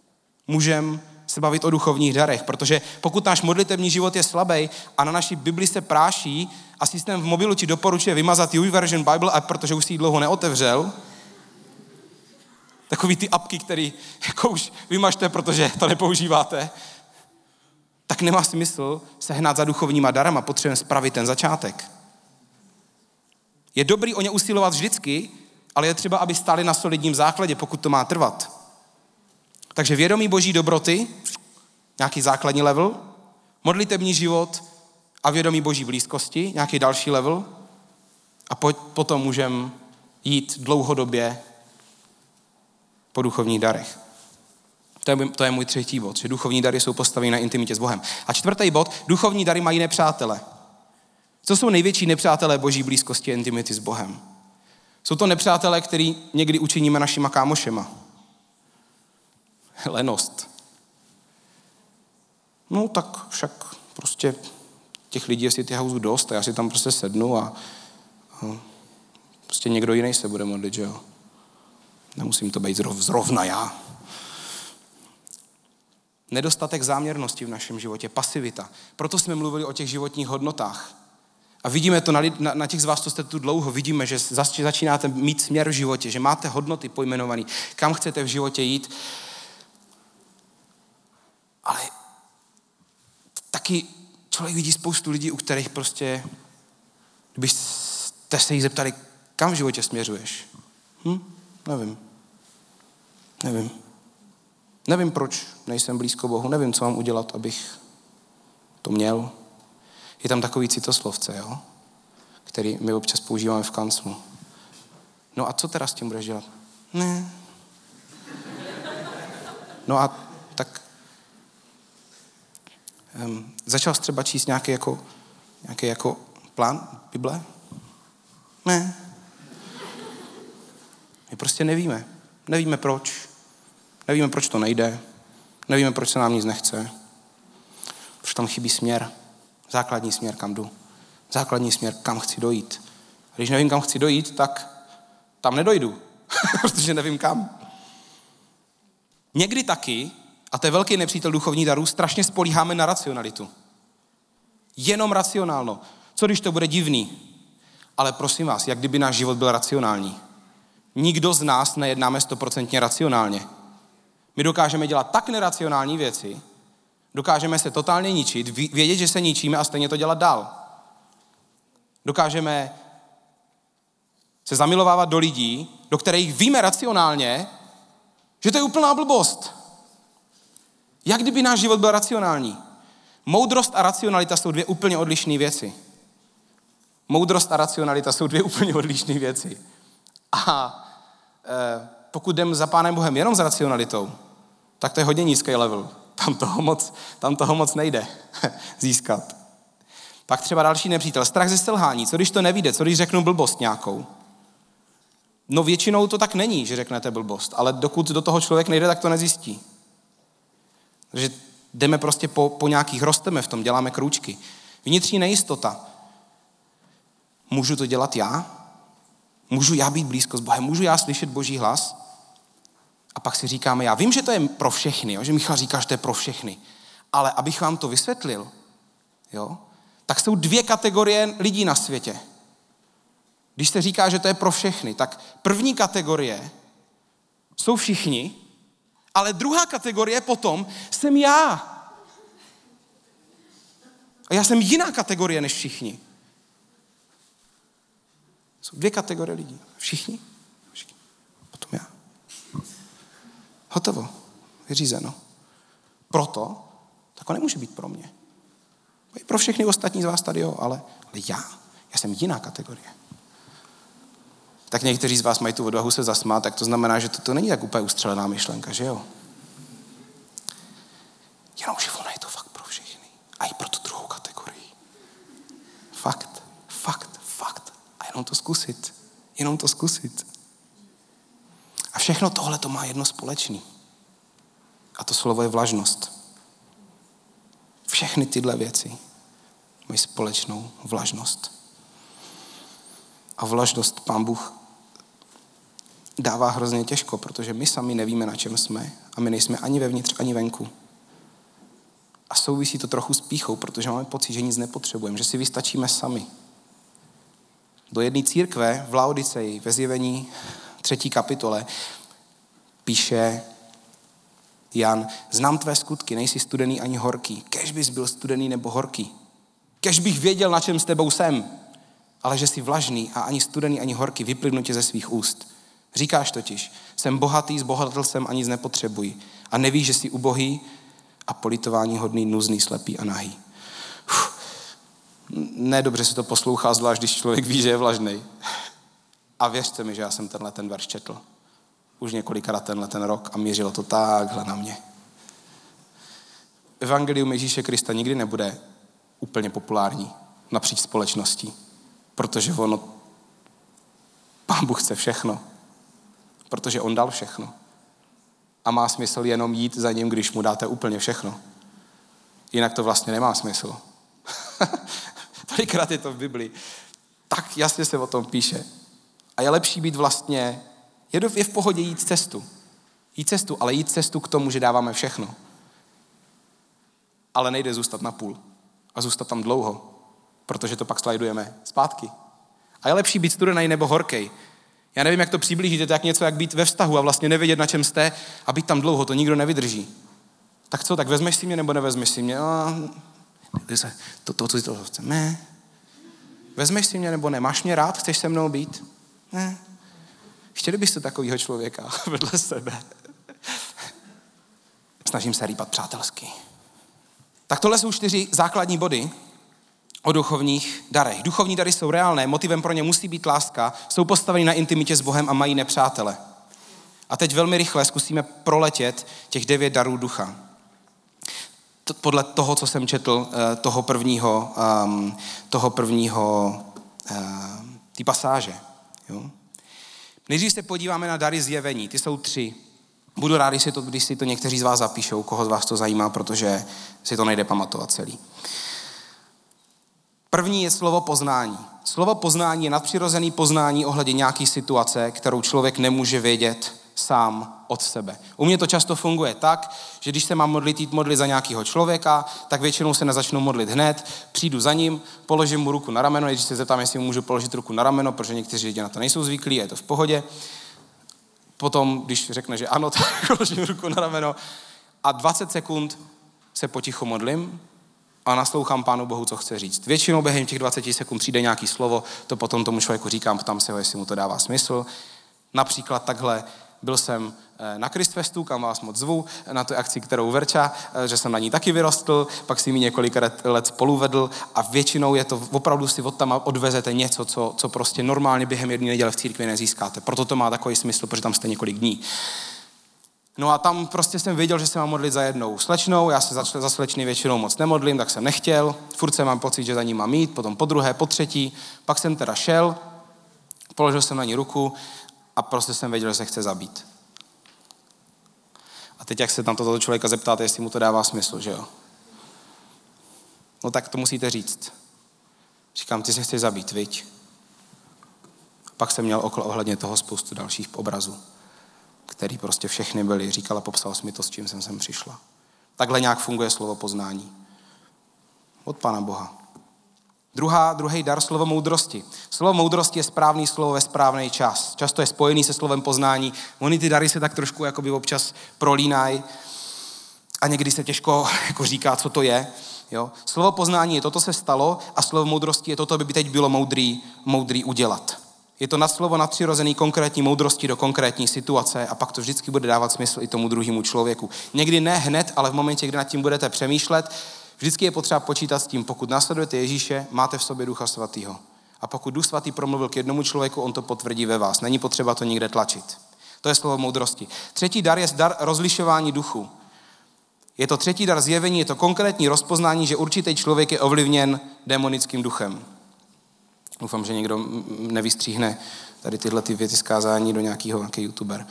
můžeme se bavit o duchovních darech, protože pokud náš modlitevní život je slabý a na naší Bibli se práší a systém v mobilu ti doporučuje vymazat YouVersion Bible app, protože už si ji dlouho neotevřel, takový ty apky, který jako už vymažte, protože to nepoužíváte, tak nemá smysl se hnát za duchovníma darama, potřebujeme spravit ten začátek. Je dobrý o ně usilovat vždycky, ale je třeba, aby stáli na solidním základě, pokud to má trvat. Takže vědomí boží dobroty, nějaký základní level, modlitební život a vědomí boží blízkosti, nějaký další level a po, potom můžeme jít dlouhodobě po duchovních darech. To je, to je můj třetí bod, že duchovní dary jsou postaveny na intimitě s Bohem. A čtvrtý bod, duchovní dary mají nepřátele. Co jsou největší nepřátelé boží blízkosti a intimity s Bohem? Jsou to nepřátelé, který někdy učiníme našima kámošema. Lenost. No tak však prostě těch lidí je si ty houzu dost a já si tam prostě sednu a, a prostě někdo jiný se bude modlit, že jo. Nemusím to být zrov, zrovna já. Nedostatek záměrnosti v našem životě, pasivita. Proto jsme mluvili o těch životních hodnotách. A vidíme to na, na, na těch z vás, co jste tu dlouho, vidíme, že zač, začínáte mít směr v životě, že máte hodnoty pojmenované, kam chcete v životě jít. Ale taky člověk vidí spoustu lidí, u kterých prostě, kdybyste se jí zeptali, kam v životě směřuješ? Hm? Nevím. Nevím. Nevím, proč nejsem blízko Bohu, nevím, co mám udělat, abych to měl. Je tam takový citoslovce, jo? Který my občas používáme v kanclu. No a co teda s tím budeš dělat? Ne. No a tak um, začal jsi třeba číst nějaký jako, nějaký jako plán Bible? Ne. My prostě nevíme. Nevíme proč. Nevíme, proč to nejde. Nevíme, proč se nám nic nechce. Proč tam chybí směr. Základní směr, kam jdu. Základní směr, kam chci dojít. A když nevím, kam chci dojít, tak tam nedojdu. Protože nevím kam. Někdy taky, a to je velký nepřítel duchovní darů, strašně spolíháme na racionalitu. Jenom racionálno. Co když to bude divný? Ale prosím vás, jak kdyby náš život byl racionální. Nikdo z nás nejednáme stoprocentně racionálně. My dokážeme dělat tak neracionální věci, dokážeme se totálně ničit, vědět, že se ničíme a stejně to dělat dál. Dokážeme se zamilovávat do lidí, do kterých víme racionálně, že to je úplná blbost. Jak kdyby náš život byl racionální? Moudrost a racionalita jsou dvě úplně odlišné věci. Moudrost a racionalita jsou dvě úplně odlišné věci. A e, pokud jdem za Pánem Bohem jenom s racionalitou, tak to je hodně nízký level. Tam toho moc, tam toho moc nejde získat. Pak třeba další nepřítel. Strach ze selhání. Co když to nevyjde? Co když řeknu blbost nějakou? No většinou to tak není, že řeknete blbost, ale dokud do toho člověk nejde, tak to nezjistí. Takže jdeme prostě po, po nějakých, rosteme v tom, děláme krůčky. Vnitřní nejistota. Můžu to dělat já? Můžu já být blízko s Bohem? Můžu já slyšet Boží hlas? A pak si říkáme, já vím, že to je pro všechny, jo? Že Michal říká, že to je pro všechny. Ale abych vám to vysvětlil, jo? Tak jsou dvě kategorie lidí na světě. Když se říká, že to je pro všechny, tak první kategorie jsou všichni, ale druhá kategorie potom jsem já. A já jsem jiná kategorie než všichni. Jsou dvě kategorie lidí. Všichni, všichni. Potom já. Hotovo. Vyřízeno. Proto to nemůže být pro mě. Pro všechny ostatní z vás tady, jo, ale, ale já. Já jsem jiná kategorie. Tak někteří z vás mají tu odvahu se zasmát, tak to znamená, že to, to není tak úplně ustřelená myšlenka, že jo? Jenomže ona je to fakt pro všechny. A i pro tu druhou kategorii. Fakt, fakt, fakt. A jenom to zkusit. Jenom to zkusit. A všechno tohle to má jedno společný. A to slovo je vlažnost. Všechny tyhle věci mají společnou vlažnost. A vlažnost Pán Bůh dává hrozně těžko, protože my sami nevíme, na čem jsme a my nejsme ani vevnitř, ani venku. A souvisí to trochu s pýchou, protože máme pocit, že nic nepotřebujeme, že si vystačíme sami. Do jedné církve v Laodiceji ve Zjevení třetí kapitole píše Jan, znám tvé skutky, nejsi studený ani horký. Kéž bys byl studený nebo horký. Kéž bych věděl, na čem s tebou jsem. Ale že jsi vlažný a ani studený, ani horký, vyplivnu tě ze svých úst. Říkáš totiž, jsem bohatý, zbohatl jsem a nic nepotřebuji. A nevíš, že jsi ubohý a politování hodný, nuzný, slepý a nahý. Uf. Nedobře se to poslouchá, zvlášť když člověk ví, že je vlažnej. A věřte mi, že já jsem tenhle ten verš četl. Už několikrát tenhle ten rok a měřilo to takhle na mě. Evangelium Ježíše Krista nikdy nebude úplně populární napříč společností, protože ono, Pán Bůh chce všechno, protože on dal všechno. A má smysl jenom jít za ním, když mu dáte úplně všechno. Jinak to vlastně nemá smysl. Tolikrát je to v Biblii. Tak jasně se o tom píše. A je lepší být vlastně, je v pohodě jít cestu. Jít cestu, ale jít cestu k tomu, že dáváme všechno. Ale nejde zůstat na půl. A zůstat tam dlouho, protože to pak slajdujeme zpátky. A je lepší být studený nebo horkej. Já nevím, jak to přiblížit, je to jak něco, jak být ve vztahu a vlastně nevědět, na čem jste a být tam dlouho, to nikdo nevydrží. Tak co, tak vezmeš si mě nebo nevezmeš si mě? To, to, to, to chceme. Vezmeš si mě nebo ne? Máš mě rád? Chceš se mnou být? Ne. Chtěli byste takovýho člověka vedle sebe? Snažím se rýpat přátelsky. Tak tohle jsou čtyři základní body o duchovních darech. Duchovní dary jsou reálné, motivem pro ně musí být láska, jsou postaveny na intimitě s Bohem a mají nepřátele. A teď velmi rychle zkusíme proletět těch devět darů ducha. Podle toho, co jsem četl, toho prvního, toho prvního, té pasáže. Jo? Nejdřív se podíváme na dary zjevení, ty jsou tři. Budu rád, když si to, když si to někteří z vás zapíšou, koho z vás to zajímá, protože si to nejde pamatovat celý. První je slovo poznání. Slovo poznání je nadpřirozený poznání ohledně nějaké situace, kterou člověk nemůže vědět sám od sebe. U mě to často funguje tak, že když se mám modlit, jít modlit za nějakého člověka, tak většinou se nezačnu modlit hned, přijdu za ním, položím mu ruku na rameno, když se zeptám, jestli mu můžu položit ruku na rameno, protože někteří lidi na to nejsou zvyklí a je to v pohodě. Potom, když řekne, že ano, tak položím ruku na rameno a dvacet sekund se potichu modlím a naslouchám Pánu Bohu, co chce říct. Většinou během těch dvacet sekund přijde nějaký slovo, to potom tomu člověku říkám, ptám se ho, jestli mu to dává smysl. Například takhle byl jsem na Christfestu, kam vás moc zvu, na tu akci, kterou Verča, že jsem na ní taky vyrostl, pak si mi několik let spolu vedl a většinou je to opravdu si od tam odvezete něco, co, co prostě normálně během jedné neděle v církvi nezískáte. Proto to má takový smysl, protože tam jste několik dní. No a tam prostě jsem věděl, že se mám modlit za jednou slečnou, já se za, za slečny většinou moc nemodlím, tak jsem nechtěl, furt jsem mám pocit, že za ní mám jít, potom po druhé, po třetí, pak jsem teda šel, položil jsem na ní ruku a prostě jsem věděl, že se chce zabít. A teď, jak se tam toto člověka zeptáte, jestli mu to dává smysl, že jo? No tak to musíte říct. Říkám, ty se chceš zabít, viď? Pak jsem měl okolo ohledně toho spoustu dalších obrazů, který prostě všechny byly. Říkal a popsal jsi mi to, s čím jsem sem přišla. Takhle nějak funguje slovo poznání. Od Pána Boha. Druhá, druhý dar, slovo moudrosti. Slovo moudrosti je správný slovo ve správný čas. Často je spojený se slovem poznání. Ony ty dary se tak trošku jakoby občas prolínají a někdy se těžko jako říká, co to je. Jo? Slovo poznání je toto se stalo a slovo moudrosti je toto, by teď bylo moudrý, moudrý udělat. Je to nadslovo nadpřirozený konkrétní moudrosti do konkrétní situace a pak to vždycky bude dávat smysl i tomu druhému člověku. Někdy ne hned, ale v momentě, kdy nad tím budete přemýšlet, vždycky je potřeba počítat s tím, pokud následujete Ježíše, máte v sobě Ducha Svatého. A pokud Duch Svatý promluvil k jednomu člověku, on to potvrdí ve vás. Není potřeba to nikde tlačit. To je slovo moudrosti. Třetí dar je dar rozlišování duchu. Je to třetí dar zjevení, je to konkrétní rozpoznání, že určitý člověk je ovlivněn démonickým duchem. Doufám, že někdo nevystříhne tady tyhle ty věty zkázání do nějakého nějaký youtuber.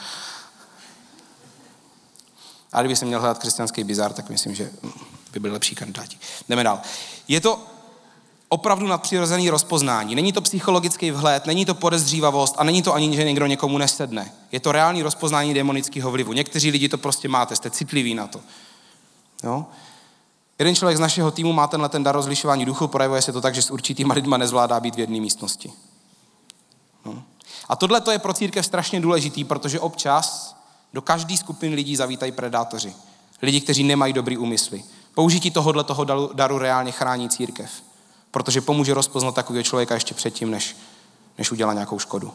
A kdyby jsem měl hledat křesťanský bizár, tak myslím, že by byli lepší kandidáti. Jdeme dál. Je to, opravdu nadpřirozený rozpoznání. Není to psychologický vhled, není to podezřívavost a není to ani, že někdo někomu nesedne. Je to reálný rozpoznání demonického vlivu. Někteří lidi to prostě máte, jste citliví na to. Jo? Jeden člověk z našeho týmu má tenhle ten dar rozlišování duchu, projevuje se to tak, že s určitýma lidma nezvládá být v jedné místnosti. No. A tohle to je pro církev strašně důležitý, protože občas do každé skupiny lidí zavítají predátoři. Lidi, kteří nemají dobrý úmysly. Použití tohohle toho daru, daru reálně chrání církev, protože pomůže rozpoznat takového člověka ještě předtím, než, než udělá nějakou škodu.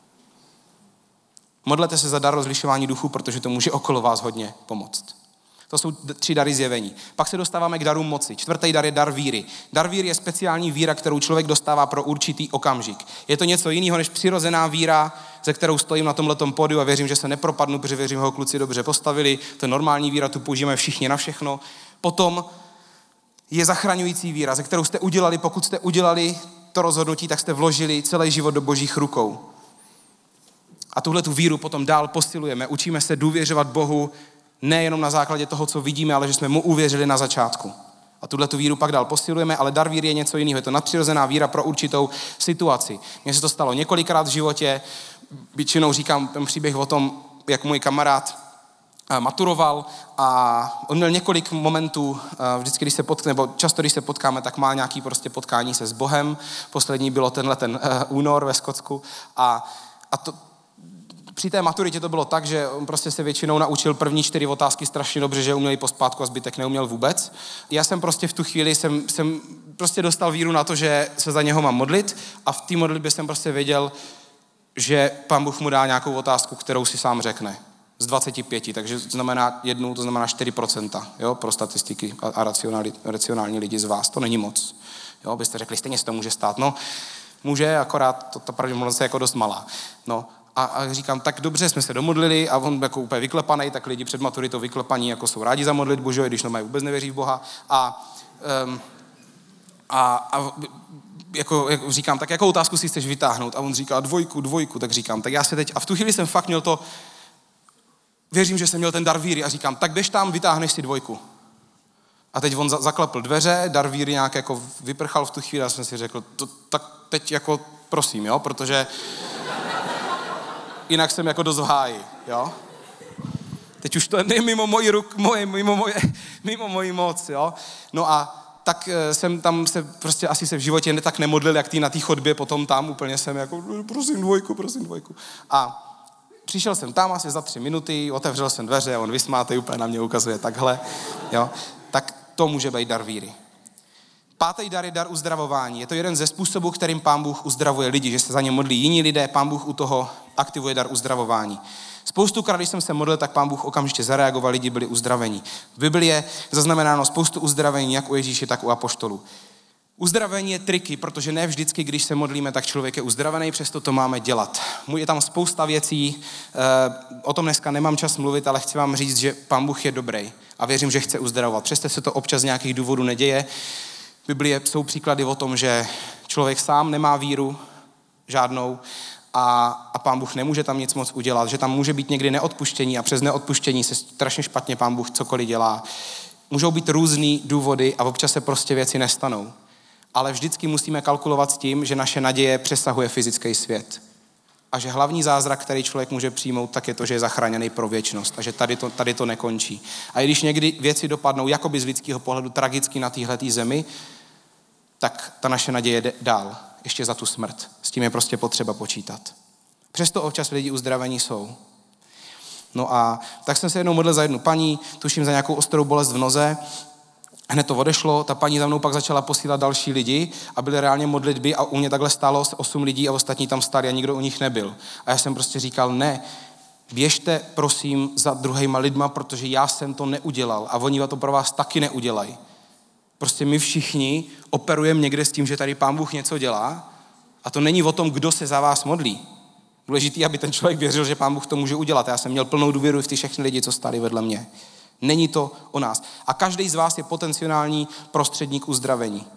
Modlete se za dar rozlišování duchu, protože to může okolo vás hodně pomoct. To jsou tři dary zjevení. Pak se dostáváme k darům moci. Čtvrtý dar je dar víry. Dar víry je speciální víra, kterou člověk dostává pro určitý okamžik. Je to něco jiného než přirozená víra, ze kterou stojím na tomhletom pódiu a věřím, že se nepropadnu, protože věřím, že ho kluci dobře postavili. To je normální víra, tu používáme všichni na všechno. Potom je zachraňující víra, ze kterou jste udělali, pokud jste udělali to rozhodnutí, tak jste vložili celý život do Božích rukou. A tuhle tu víru potom dál posilujeme. Učíme se důvěřovat Bohu nejenom na základě toho, co vidíme, ale že jsme mu uvěřili na začátku. A tuhle tu víru pak dál posilujeme, ale dar víry je něco jiného. Je to nadpřirozená víra pro určitou situaci. Mně se to stalo několikrát v životě. Většinou říkám ten příběh o tom, jak můj kamarád maturoval a on měl několik momentů, vždycky, když se potkáme, nebo často, když se potkáme, tak má nějaký prostě potkání se s Bohem. Poslední bylo tenhle ten únor ve Skotsku a, a to, při té maturitě to bylo tak, že on prostě se většinou naučil první čtyři otázky strašně dobře, že uměl jí pospátku a zbytek neuměl vůbec. Já jsem prostě v tu chvíli jsem, jsem prostě dostal víru na to, že se za něho mám modlit a v té modlitbě jsem prostě věděl, že Pán Bůh mu dá nějakou otázku, kterou si sám řekne. Z dvaceti pěti, takže to znamená jednu, to znamená čtyři procenta, jo, pro statistiky a, a racionální, racionální lidi z vás. To není moc. Jo, byste řekli, stejně se to může stát. No, může, akorát to, ta pravděpodobnost je jako dost malá. No, a, a říkám, tak dobře, jsme se domodlili a on jako úplně vyklepaný, tak lidi před maturitou vyklepaní jako jsou rádi za modlitbu, že jo, když mají vůbec nevěří v Boha. A, um, a, a jako, jako říkám, tak jakou otázku si chceš vytáhnout? A on říká dvojku, dvojku, tak říkám, tak já se teď, a v tu chvíli jsem fakt měl to, věřím, že jsem měl ten dar víry a říkám, tak běž tam, vytáhneš si dvojku. A teď on za, zaklepl dveře, dar víry nějak jako vyprchal v tu chvíli a jsem si řekl, to, tak teď jako prosím, jo, protože jinak jsem jako dost v háji, jo. Teď už to je mimo moji ruk, moje, mimo, moje, mimo moji moc, jo. No a tak jsem tam se prostě asi se v životě ne tak nemodlil, jak tý na té chodbě, potom tam úplně jsem jako, prosím dvojku, prosím dvojku. A přišel jsem tam asi za tři minuty, otevřel jsem dveře a on vysmátej úplně na mě ukazuje takhle, jo. Tak to může být dar víry. Pátý dar je dar uzdravování. Je to jeden ze způsobů, kterým Pán Bůh uzdravuje lidi, že se za ně modlí jiní lidé, Pán Bůh u toho aktivuje dar uzdravování. Spoustukrát, když jsem se modlil, tak Pán Bůh okamžitě zareagoval, lidi byli uzdraveni. V Biblii je zaznamenáno spoustu uzdravení, jak u Ježíše, tak u apoštolů. Uzdravení je triky, protože ne vždycky, když se modlíme, tak člověk je uzdravený, přesto to máme dělat. Je tam spousta věcí, o tom dneska nemám čas mluvit, ale chci vám říct, že Pán Bůh je dobrý a věřím, že chce uzdravovat. Přesto se to občas z nějakých důvodů neděje. V Biblii jsou příklady o tom, že člověk sám nemá víru žádnou a, a Pán Bůh nemůže tam nic moc udělat, že tam může být někdy neodpuštění a přes neodpuštění se strašně špatně Pán Bůh cokoliv dělá. Můžou být různý důvody a občas se prostě věci nestanou. Ale vždycky musíme kalkulovat s tím, že naše naděje přesahuje fyzický svět. A že hlavní zázrak, který člověk může přijmout, tak je to, že je zachráněný pro věčnost a že tady to, tady to nekončí. A i když někdy věci dopadnou jakoby z lidského pohledu tragicky na téhletý zemi, tak ta naše naděje jde dál, ještě za tu smrt. S tím je prostě potřeba počítat. Přesto občas lidi uzdravení jsou. No a tak jsem se jednou modlil za jednu paní, tuším za nějakou ostrou bolest v noze. Hned to odešlo, ta paní za mnou pak začala posílat další lidi a byly reálně modlitby a u mě takhle stálo osm lidí a ostatní tam stáli a nikdo u nich nebyl. A já jsem prostě říkal, ne, běžte prosím za druhýma lidma, protože já jsem to neudělal a oni to pro vás taky neudělají. Prostě my všichni operujeme někde s tím, že tady Pán Bůh něco dělá a to není o tom, kdo se za vás modlí. Důležitý, aby ten člověk věřil, že Pán Bůh to může udělat. Já jsem měl plnou důvěru v ty všechny lidi, co stáli vedle mě. Není to o nás. A každý z vás je potenciální prostředník uzdravení.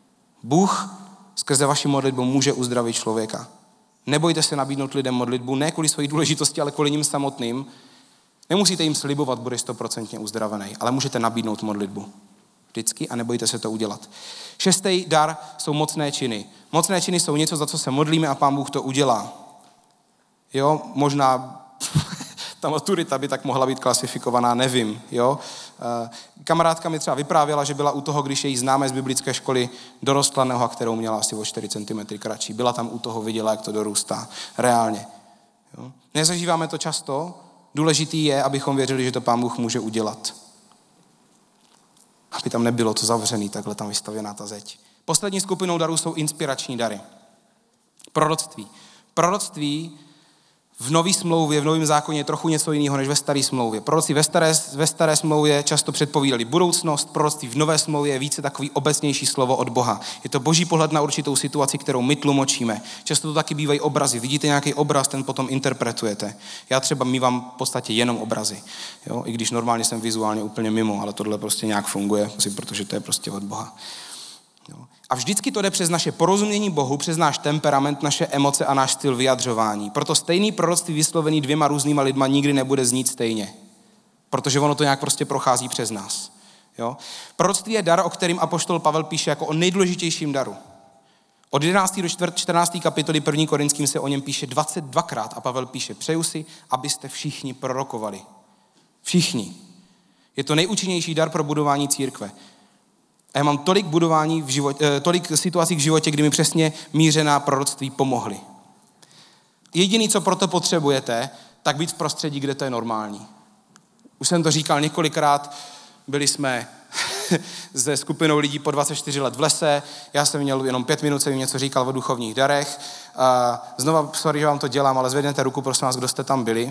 Bůh skrze vaši modlitbu může uzdravit člověka. Nebojte se nabídnout lidem modlitbu, ne kvůli své důležitosti, ale kvůli nim samotným. Nemusíte jim slibovat, bude stoprocentně uzdravený, ale můžete nabídnout modlitbu. Vždycky a nebojte se to udělat. Šestý dar jsou mocné činy. Mocné činy jsou něco, za co se modlíme a Pán Bůh to udělá. Jo, možná ta maturita by tak mohla být klasifikovaná, nevím. Jo? Kamarádka mi třeba vyprávěla, že byla u toho, když její známé z biblické školy dorostla noha, kterou měla asi o čtyři centimetry kratší. Byla tam u toho, viděla, jak to dorůstá. Reálně. Jo? Nezažíváme to často. Důležitý je, abychom věřili, že to Pán Bůh může udělat. Aby tam nebylo to zavřený, takhle tam vystavěná ta zeď. Poslední skupinou darů jsou inspirační dary. Proroctví. Proroctví v Nové smlouvě, v Novém zákoně je trochu něco jiného než ve Staré smlouvě. Proroci ve staré, ve staré smlouvě často předpovídali budoucnost, proroctví v Nové smlouvě je více takový obecnější slovo od Boha. Je to boží pohled na určitou situaci, kterou my tlumočíme. Často to taky bývají obrazy. Vidíte nějaký obraz, ten potom interpretujete. Já třeba mívám v podstatě jenom obrazy. Jo? I když normálně jsem vizuálně úplně mimo, ale tohle prostě nějak funguje, protože to je prostě od Boha. Jo. A vždycky to jde přes naše porozumění Bohu, přes náš temperament, naše emoce a náš styl vyjadřování. Proto stejný proroctví vyslovený dvěma různýma lidma nikdy nebude znít stejně. Protože ono to nějak prostě prochází přes nás. Jo. Proroctví je dar, o kterým apoštol Pavel píše jako o nejdůležitějším daru. Od jedenácté do čtrnácté kapitoly první Korinským se o něm píše dvacet dvakrát a Pavel píše, přeju si, abyste všichni prorokovali. Všichni. Je to nejúčinnější dar pro budování církve. A já mám tolik budování v životě, tolik situací v životě, kdy mi přesně mířená proroctví pomohly. Jediný, co proto potřebujete, tak být v prostředí, kde to je normální. Už jsem to říkal několikrát, byli jsme se skupinou lidí po dvacet čtyři let v lese, já jsem měl jenom pět minut, jsem jim něco říkal o duchovních darech. A znova, sorry, že vám to dělám, ale zvedněte ruku, prosím vás, kdo jste tam byli.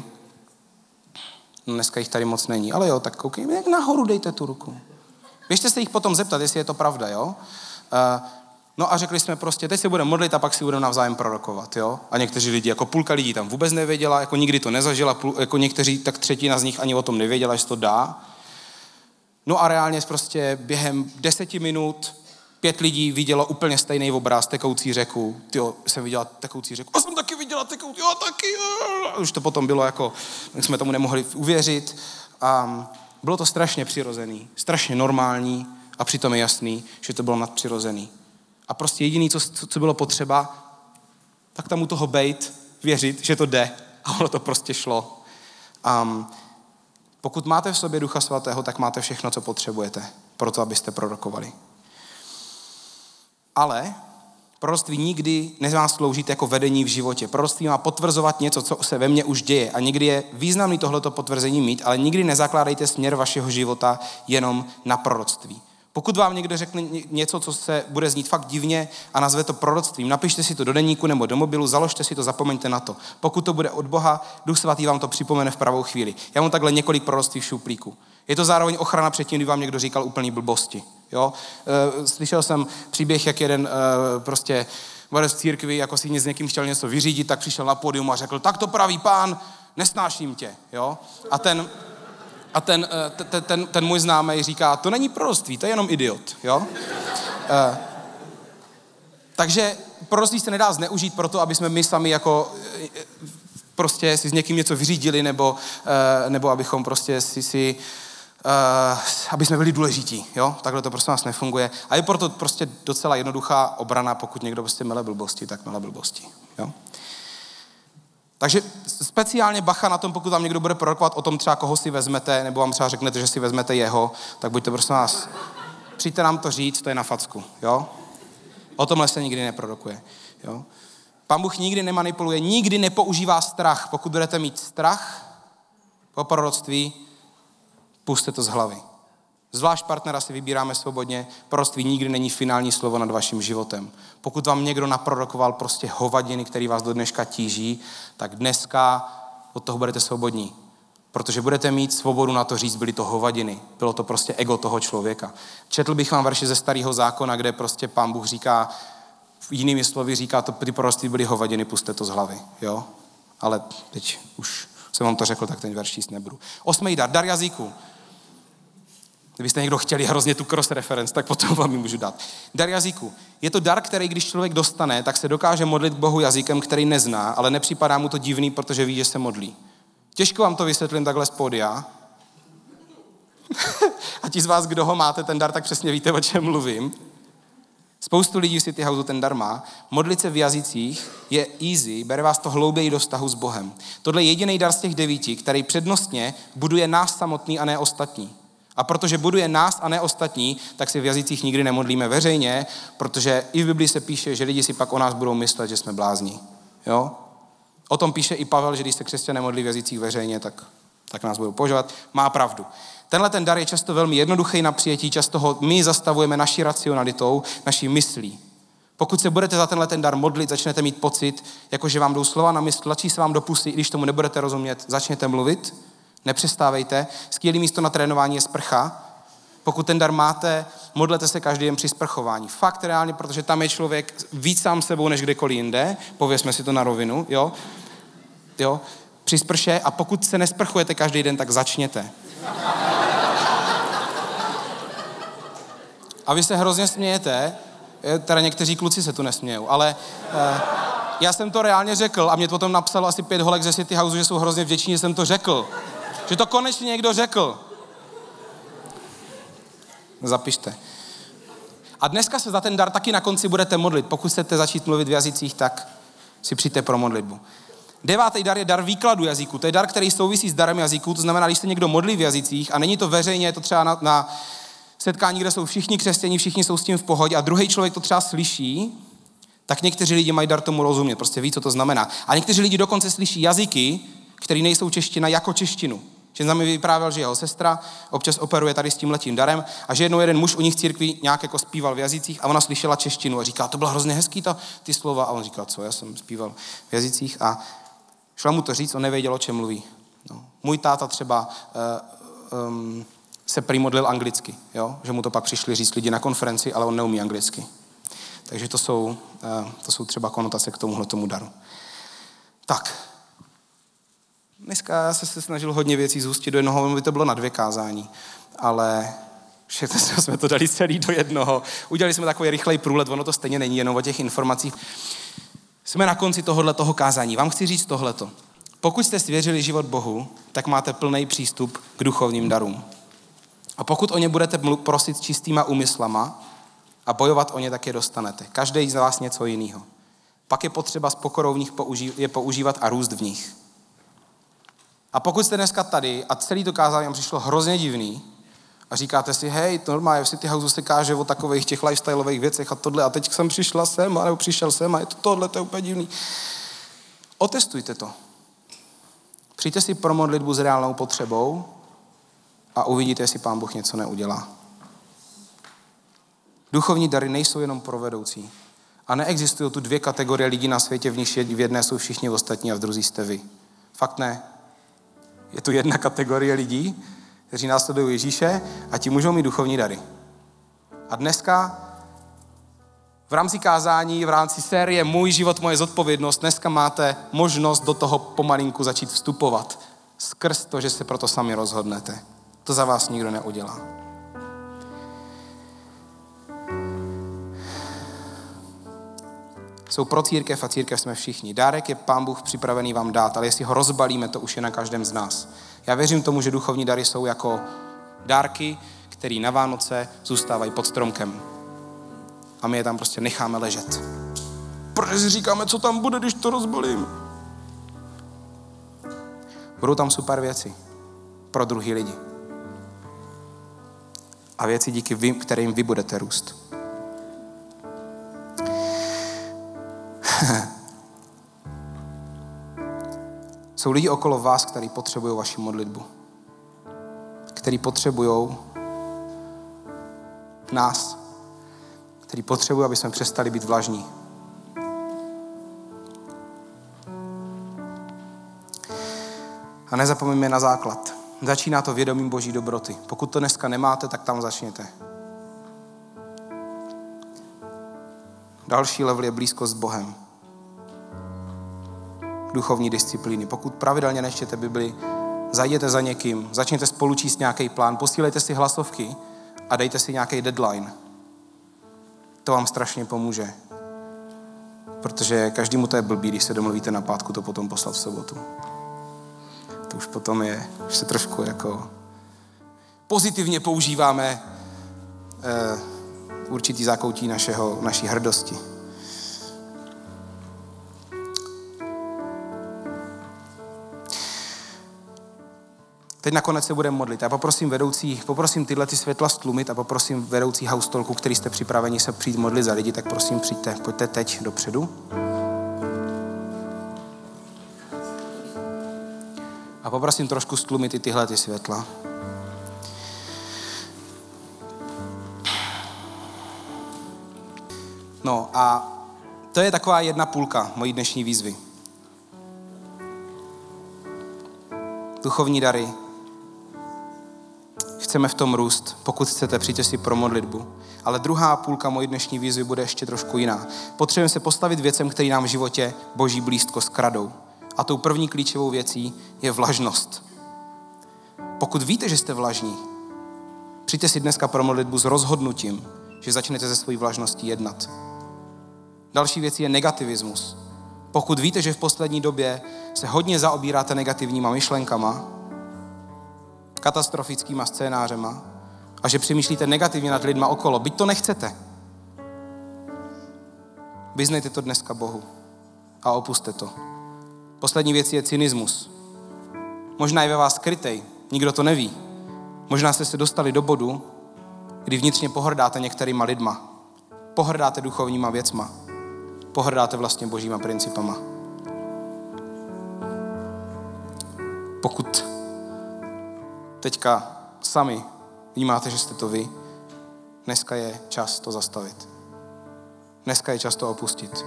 No, dneska jich tady moc není, ale jo, tak koukejme, jak nahoru dejte tu ruku. Běžte se jich potom zeptat, jestli je to pravda, jo? Uh, no a řekli jsme prostě, teď se budeme modlit a pak si budeme navzájem prorokovat, jo? A někteří lidi, jako půlka lidí tam vůbec nevěděla, jako nikdy to nezažila, půl, jako někteří, tak třetina z nich ani o tom nevěděla, že se to dá. No a reálně prostě během deseti minut pět lidí vidělo úplně stejný obraz, tekoucí řeku. Tyjo, jsem viděla tekoucí řeku. A jsem taky viděla tekoucí, jo, taky, jo. Už to potom bylo jako, jsme tomu nemohli uvěřit. Um, Bylo to strašně přirozený, strašně normální a přitom je jasný, že to bylo nadpřirozený. A prostě jediné, co, co bylo potřeba, tak tam u toho bejt, věřit, že to jde. A ono to prostě šlo. Um, pokud máte v sobě Ducha Svatého, tak máte všechno, co potřebujete pro to, abyste prorokovali. Ale proroctví nikdy nemá sloužit jako vedení v životě. Proroctví má potvrzovat něco, co se ve mně už děje. A někdy je významný tohleto potvrzení mít, ale nikdy nezakládejte směr vašeho života jenom na proroctví. Pokud vám někdo řekne něco, co se bude znít fakt divně a nazve to proroctvím, napište si to do deníku nebo do mobilu, založte si to, zapomeňte na to. Pokud to bude od Boha, Duch Svatý vám to připomene v pravou chvíli. Já mám takhle několik proroctví v šuplíku. Je to zároveň ochrana před tím, kdy vám někdo říkal úplný blbosti. Jo? E, slyšel jsem příběh, jak jeden e, prostě v církvi, jako si s někým chtěl něco vyřídit, tak přišel na pódium a řekl, tak to praví Pán, nesnáším tě. Jo? A ten... A ten, ten, ten, ten můj známej říká, to není proroctví, to je jenom idiot. Jo? E, takže proroctví se nedá zneužít proto, aby jsme my sami jako prostě si s někým něco vyřídili, nebo, e, nebo abychom prostě si, si e, aby jsme byli důležití. Jo? Takhle to prostě nás nefunguje. A je proto prostě docela jednoduchá obrana, pokud někdo prostě mele blbosti, tak mele blbosti. Jo? Takže speciálně bacha na tom, pokud tam někdo bude prorokovat o tom třeba, koho si vezmete, nebo vám třeba řeknete, že si vezmete jeho, tak buďte prosím vás, přijďte nám to říct, to je na facku, jo? O tomhle se nikdy neprorokuje, jo? Pán Bůh nikdy nemanipuluje, nikdy nepoužívá strach. Pokud budete mít strach po proroctví, pusťte to z hlavy. Zvlášť partnera si vybíráme svobodně, proroctví nikdy není finální slovo nad vaším životem. Pokud vám někdo naprorokoval prostě hovadiny, který vás do dneška tíží, tak dneska od toho budete svobodní. Protože budete mít svobodu na to říct, byly to hovadiny. Bylo to prostě ego toho člověka. Četl bych vám verši ze Starého zákona, kde prostě Pán Bůh říká, jinými slovy říká, to ty proroctví byly hovadiny, pusťte to z hlavy. Jo? Ale teď už jsem vám to řekl, tak ten verš číst nebudu. Osmý dar, dar jazyků. Kdybyste někdo chtěli hrozně tu cross reference, tak potom vám ji můžu dát. Dar jazyku. Je to dar, který když člověk dostane, tak se dokáže modlit k Bohu jazykem, který nezná, ale nepřipadá mu to divný, protože ví, že se modlí. Těžko vám to vysvětlím takhle z pódia. A ti z vás, kdo ho máte, ten dar, tak přesně víte, o čem mluvím. Spoustu lidí v City Houseu ten dar má. Modlit se v jazycích je easy, bere vás to hlouběji do vztahu s Bohem. Tohle je jediný dar z těch devíti, který přednostně buduje nás samotný a ne ostatní. A protože buduje nás a ne ostatní, tak si v jazycích nikdy nemodlíme veřejně, protože i v Biblii se píše, že lidi si pak o nás budou myslet, že jsme blázní. Jo? O tom píše i Pavel, že když se křesťané modlí v jazycích veřejně, tak, tak nás budou požovat. Má pravdu. Tenhle ten dar je často velmi jednoduchý na přijetí, často ho my zastavujeme naší racionalitou, naší myslí. Pokud se budete za tenhle ten dar modlit, začnete mít pocit, jako že vám jdou slova na mysl, tlačí se vám do pusy, i když tomu nebudete rozumět, začněte mluvit, nepřestávejte. Skvělý místo na trénování je sprcha. Pokud ten dar máte, modlete se každý den při sprchování. Fakt reálně, protože tam je člověk víc sám sebou, než kdekoliv jinde. Povězme si to na rovinu, jo? Jo? Při sprše, a pokud se nesprchujete každý den, tak začněte. A vy se hrozně smějete, teda někteří kluci se tu nesmějou, ale eh, já jsem to reálně řekl a mě potom napsalo asi pět holek ze City Houseu, že jsou hrozně vděční, že jsem to řekl. Že to konečně někdo řekl. Zapište. A dneska se za ten dar taky na konci budete modlit. Pokud chcete začít mluvit v jazycích, tak si přijďte pro modlitbu. Devátý dar je dar výkladu jazyků. To je dar, který souvisí s darem jazyků. To znamená, když se někdo modlí v jazycích a není to veřejně, je to třeba na, na setkání, kde jsou všichni křesťaní, všichni jsou s tím v pohodě a druhý člověk to třeba slyší, tak někteří lidi mají dar tomu rozumět, prostě ví, co to znamená. A někteří lidi dokonce slyší jazyky, které nejsou čeština, jako češtinu. Že za mě vyprávěl, že jeho sestra občas operuje tady s tímhletím darem a že jednou jeden muž u nich v církvi nějak jako zpíval v jazycích a ona slyšela češtinu a říká, to bylo hrozně hezký ta, ty slova. A on říkal, co, já jsem zpíval v jazycích a šla mu to říct, on nevěděl, o čem mluví. No. Můj táta třeba uh, um, se prý modlil anglicky, jo? Že mu to pak přišli říct lidi na konferenci, ale on neumí anglicky. Takže to jsou, uh, to jsou třeba konotace k tomuhle tomu daru. Tak. Dneska já se snažil hodně věcí zhustit do jednoho, by to bylo na dvě kázání, ale všechno jsme to dali celý do jednoho. Udělali jsme takový rychlej průlet, ono to stejně není jenom o těch informacích. Jsme na konci tohohle toho kázání. Vám chci říct tohleto. Pokud jste svěřili život Bohu, tak máte plný přístup k duchovním darům. A pokud o ně budete prosit s čistýma úmyslama a bojovat o ně, tak je dostanete. Každý z vás něco jiného. Pak je potřeba s pokorou v nich je používat a růst v nich. A pokud jste dneska tady a celý to kázání vám přišlo hrozně divný a říkáte si, hej, to normálně v City Houseu se káže o takových těch lifestyleových věcech a tohle a teď jsem přišla sem, nebo přišel sem a je to tohle, to je úplně divný. Otestujte to. Přijďte si pro modlitbu s reálnou potřebou a uvidíte, jestli Pán Bůh něco neudělá. Duchovní dary nejsou jenom pro vedoucí. A neexistují tu dvě kategorie lidí na světě, v nich v jedné jsou všichni ostatní a v druhé jste vy. Fakt ne. Je tu jedna kategorie lidí, kteří následují Ježíše a ti můžou mít duchovní dary. A dneska v rámci kázání, v rámci série Můj život, moje zodpovědnost, dneska máte možnost do toho pomalinku začít vstupovat. Skrz to, že se proto sami rozhodnete. To za vás nikdo neudělá. Jsou pro církev a církev jsme všichni. Dárek je Pán Bůh připravený vám dát, ale jestli ho rozbalíme, to už je na každém z nás. Já věřím tomu, že duchovní dary jsou jako dárky, které na Vánoce zůstávají pod stromkem. A my je tam prostě necháme ležet. Protože si říkáme, co tam bude, když to rozbalím. Budou tam super věci pro druhý lidi. A věci, díky vy, kterým vy budete růst. Jsou lidi okolo vás, kteří potřebují vaši modlitbu. Kteří potřebují nás. Kteří potřebují, aby jsme přestali být vlažní. A nezapomeňme na základ. Začíná to vědomím Boží dobroty. Pokud to dneska nemáte, tak tam začněte. Další level je blízkost s Bohem. Duchovní disciplíny. Pokud pravidelně nečtěte Bibli, zajděte za někým, začněte spolu číst nějaký plán, posílejte si hlasovky a dejte si nějaký deadline. To vám strašně pomůže. Protože každému to je blbý, když se domluvíte na pátku, to potom poslat v sobotu. To už potom je, už se trošku jako pozitivně používáme eh, určitý zákoutí našeho, naší hrdosti. Teď nakonec se budeme modlit. Já poprosím vedoucí, poprosím tyhle ty světla stlumit a poprosím vedoucí haustolku, který jste připraveni se přijít modlit za lidi, tak prosím přijďte, pojďte teď dopředu. A poprosím trošku stlumit i tyhle ty světla. No a to je taková jedna půlka mojí dnešní výzvy. Duchovní dary. Chceme v tom růst. Pokud chcete, přijďte si pro modlitbu. Ale druhá půlka mojí dnešní výzvy bude ještě trošku jiná. Potřebujeme se postavit věcem, který nám v životě boží blízko skradou. A tou první klíčovou věcí je vlažnost. Pokud víte, že jste vlažní, přijďte si dneska pro modlitbu s rozhodnutím, že začnete ze svojí vlažností jednat. Další věc je negativismus. Pokud víte, že v poslední době se hodně zaobíráte negativníma myšlenkama, katastrofickýma scénářema a že přemýšlíte negativně nad lidma okolo, byť to nechcete, vyznejte to dneska Bohu a opuste to. Poslední věc je cynismus. Možná je ve vás skrytej, nikdo to neví. Možná jste se dostali do bodu, kdy vnitřně pohrdáte některýma lidma. Pohrdáte duchovníma věcma. Pohrdáte vlastně božíma principama. Pokud teďka sami vnímáte, že jste to vy, dneska je čas to zastavit. Dneska je čas to opustit.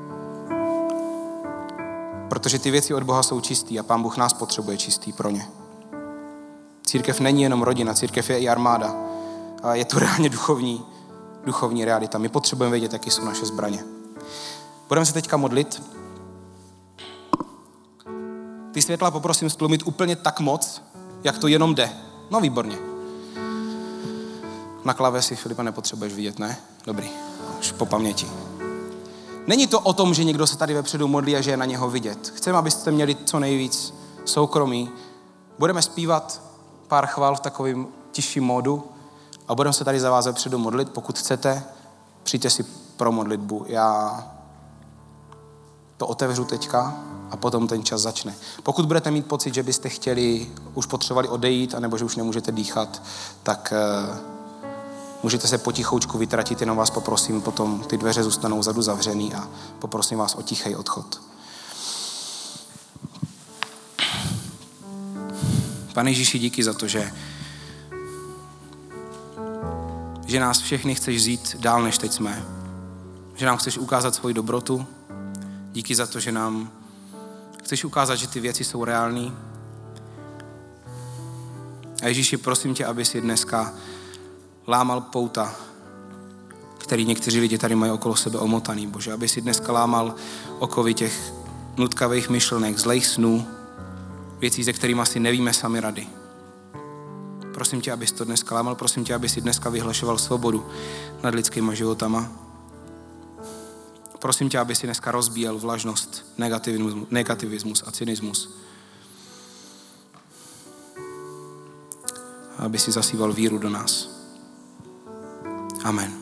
Protože ty věci od Boha jsou čistý a Pán Bůh nás potřebuje čistý pro ně. Církev není jenom rodina, církev je i armáda. A je to reálně duchovní, duchovní realita. My potřebujeme vědět, jaké jsou naše zbraně. Budeme se teďka modlit. Ty světla poprosím stlumit úplně tak moc, jak to jenom jde. No výborně. Na klávesi Filipa nepotřebuješ vidět, ne? Dobrý, už po paměti. Není to o tom, že někdo se tady vepředu modlí a že je na něho vidět. Chceme, abyste měli co nejvíc soukromí. Budeme zpívat pár chvál v takovém tišším módu a budeme se tady za vás vepředu modlit. Pokud chcete, přijďte si pro modlitbu. Já to otevřu teďka a potom ten čas začne. Pokud budete mít pocit, že byste chtěli, už potřebovali odejít, anebo že už nemůžete dýchat, tak uh, můžete se potichoučku vytratit, jenom vás poprosím, potom ty dveře zůstanou vzadu zavřený a poprosím vás o tichý odchod. Pane Ježíši, díky za to, že, že nás všechny chceš vzít dál, než teď jsme. Že nám chceš ukázat svoji dobrotu. Díky za to, že nám chceš ukázat, že ty věci jsou reální. A Ježíši, prosím tě, aby si dneska lámal pouta, který někteří lidi tady mají okolo sebe omotaný. Bože, aby si dneska lámal okovy těch nutkavých myšlenek, zlejch snů, věcí, se kterými asi nevíme sami rady. Prosím tě, abys to dneska lámal, prosím tě, aby si dneska vyhlašoval svobodu nad lidskýma životama. Prosím tě, aby si dneska rozbíjel vlažnost, negativismus, negativismus a cynismus. Aby si zasíval víru do nás. Amen.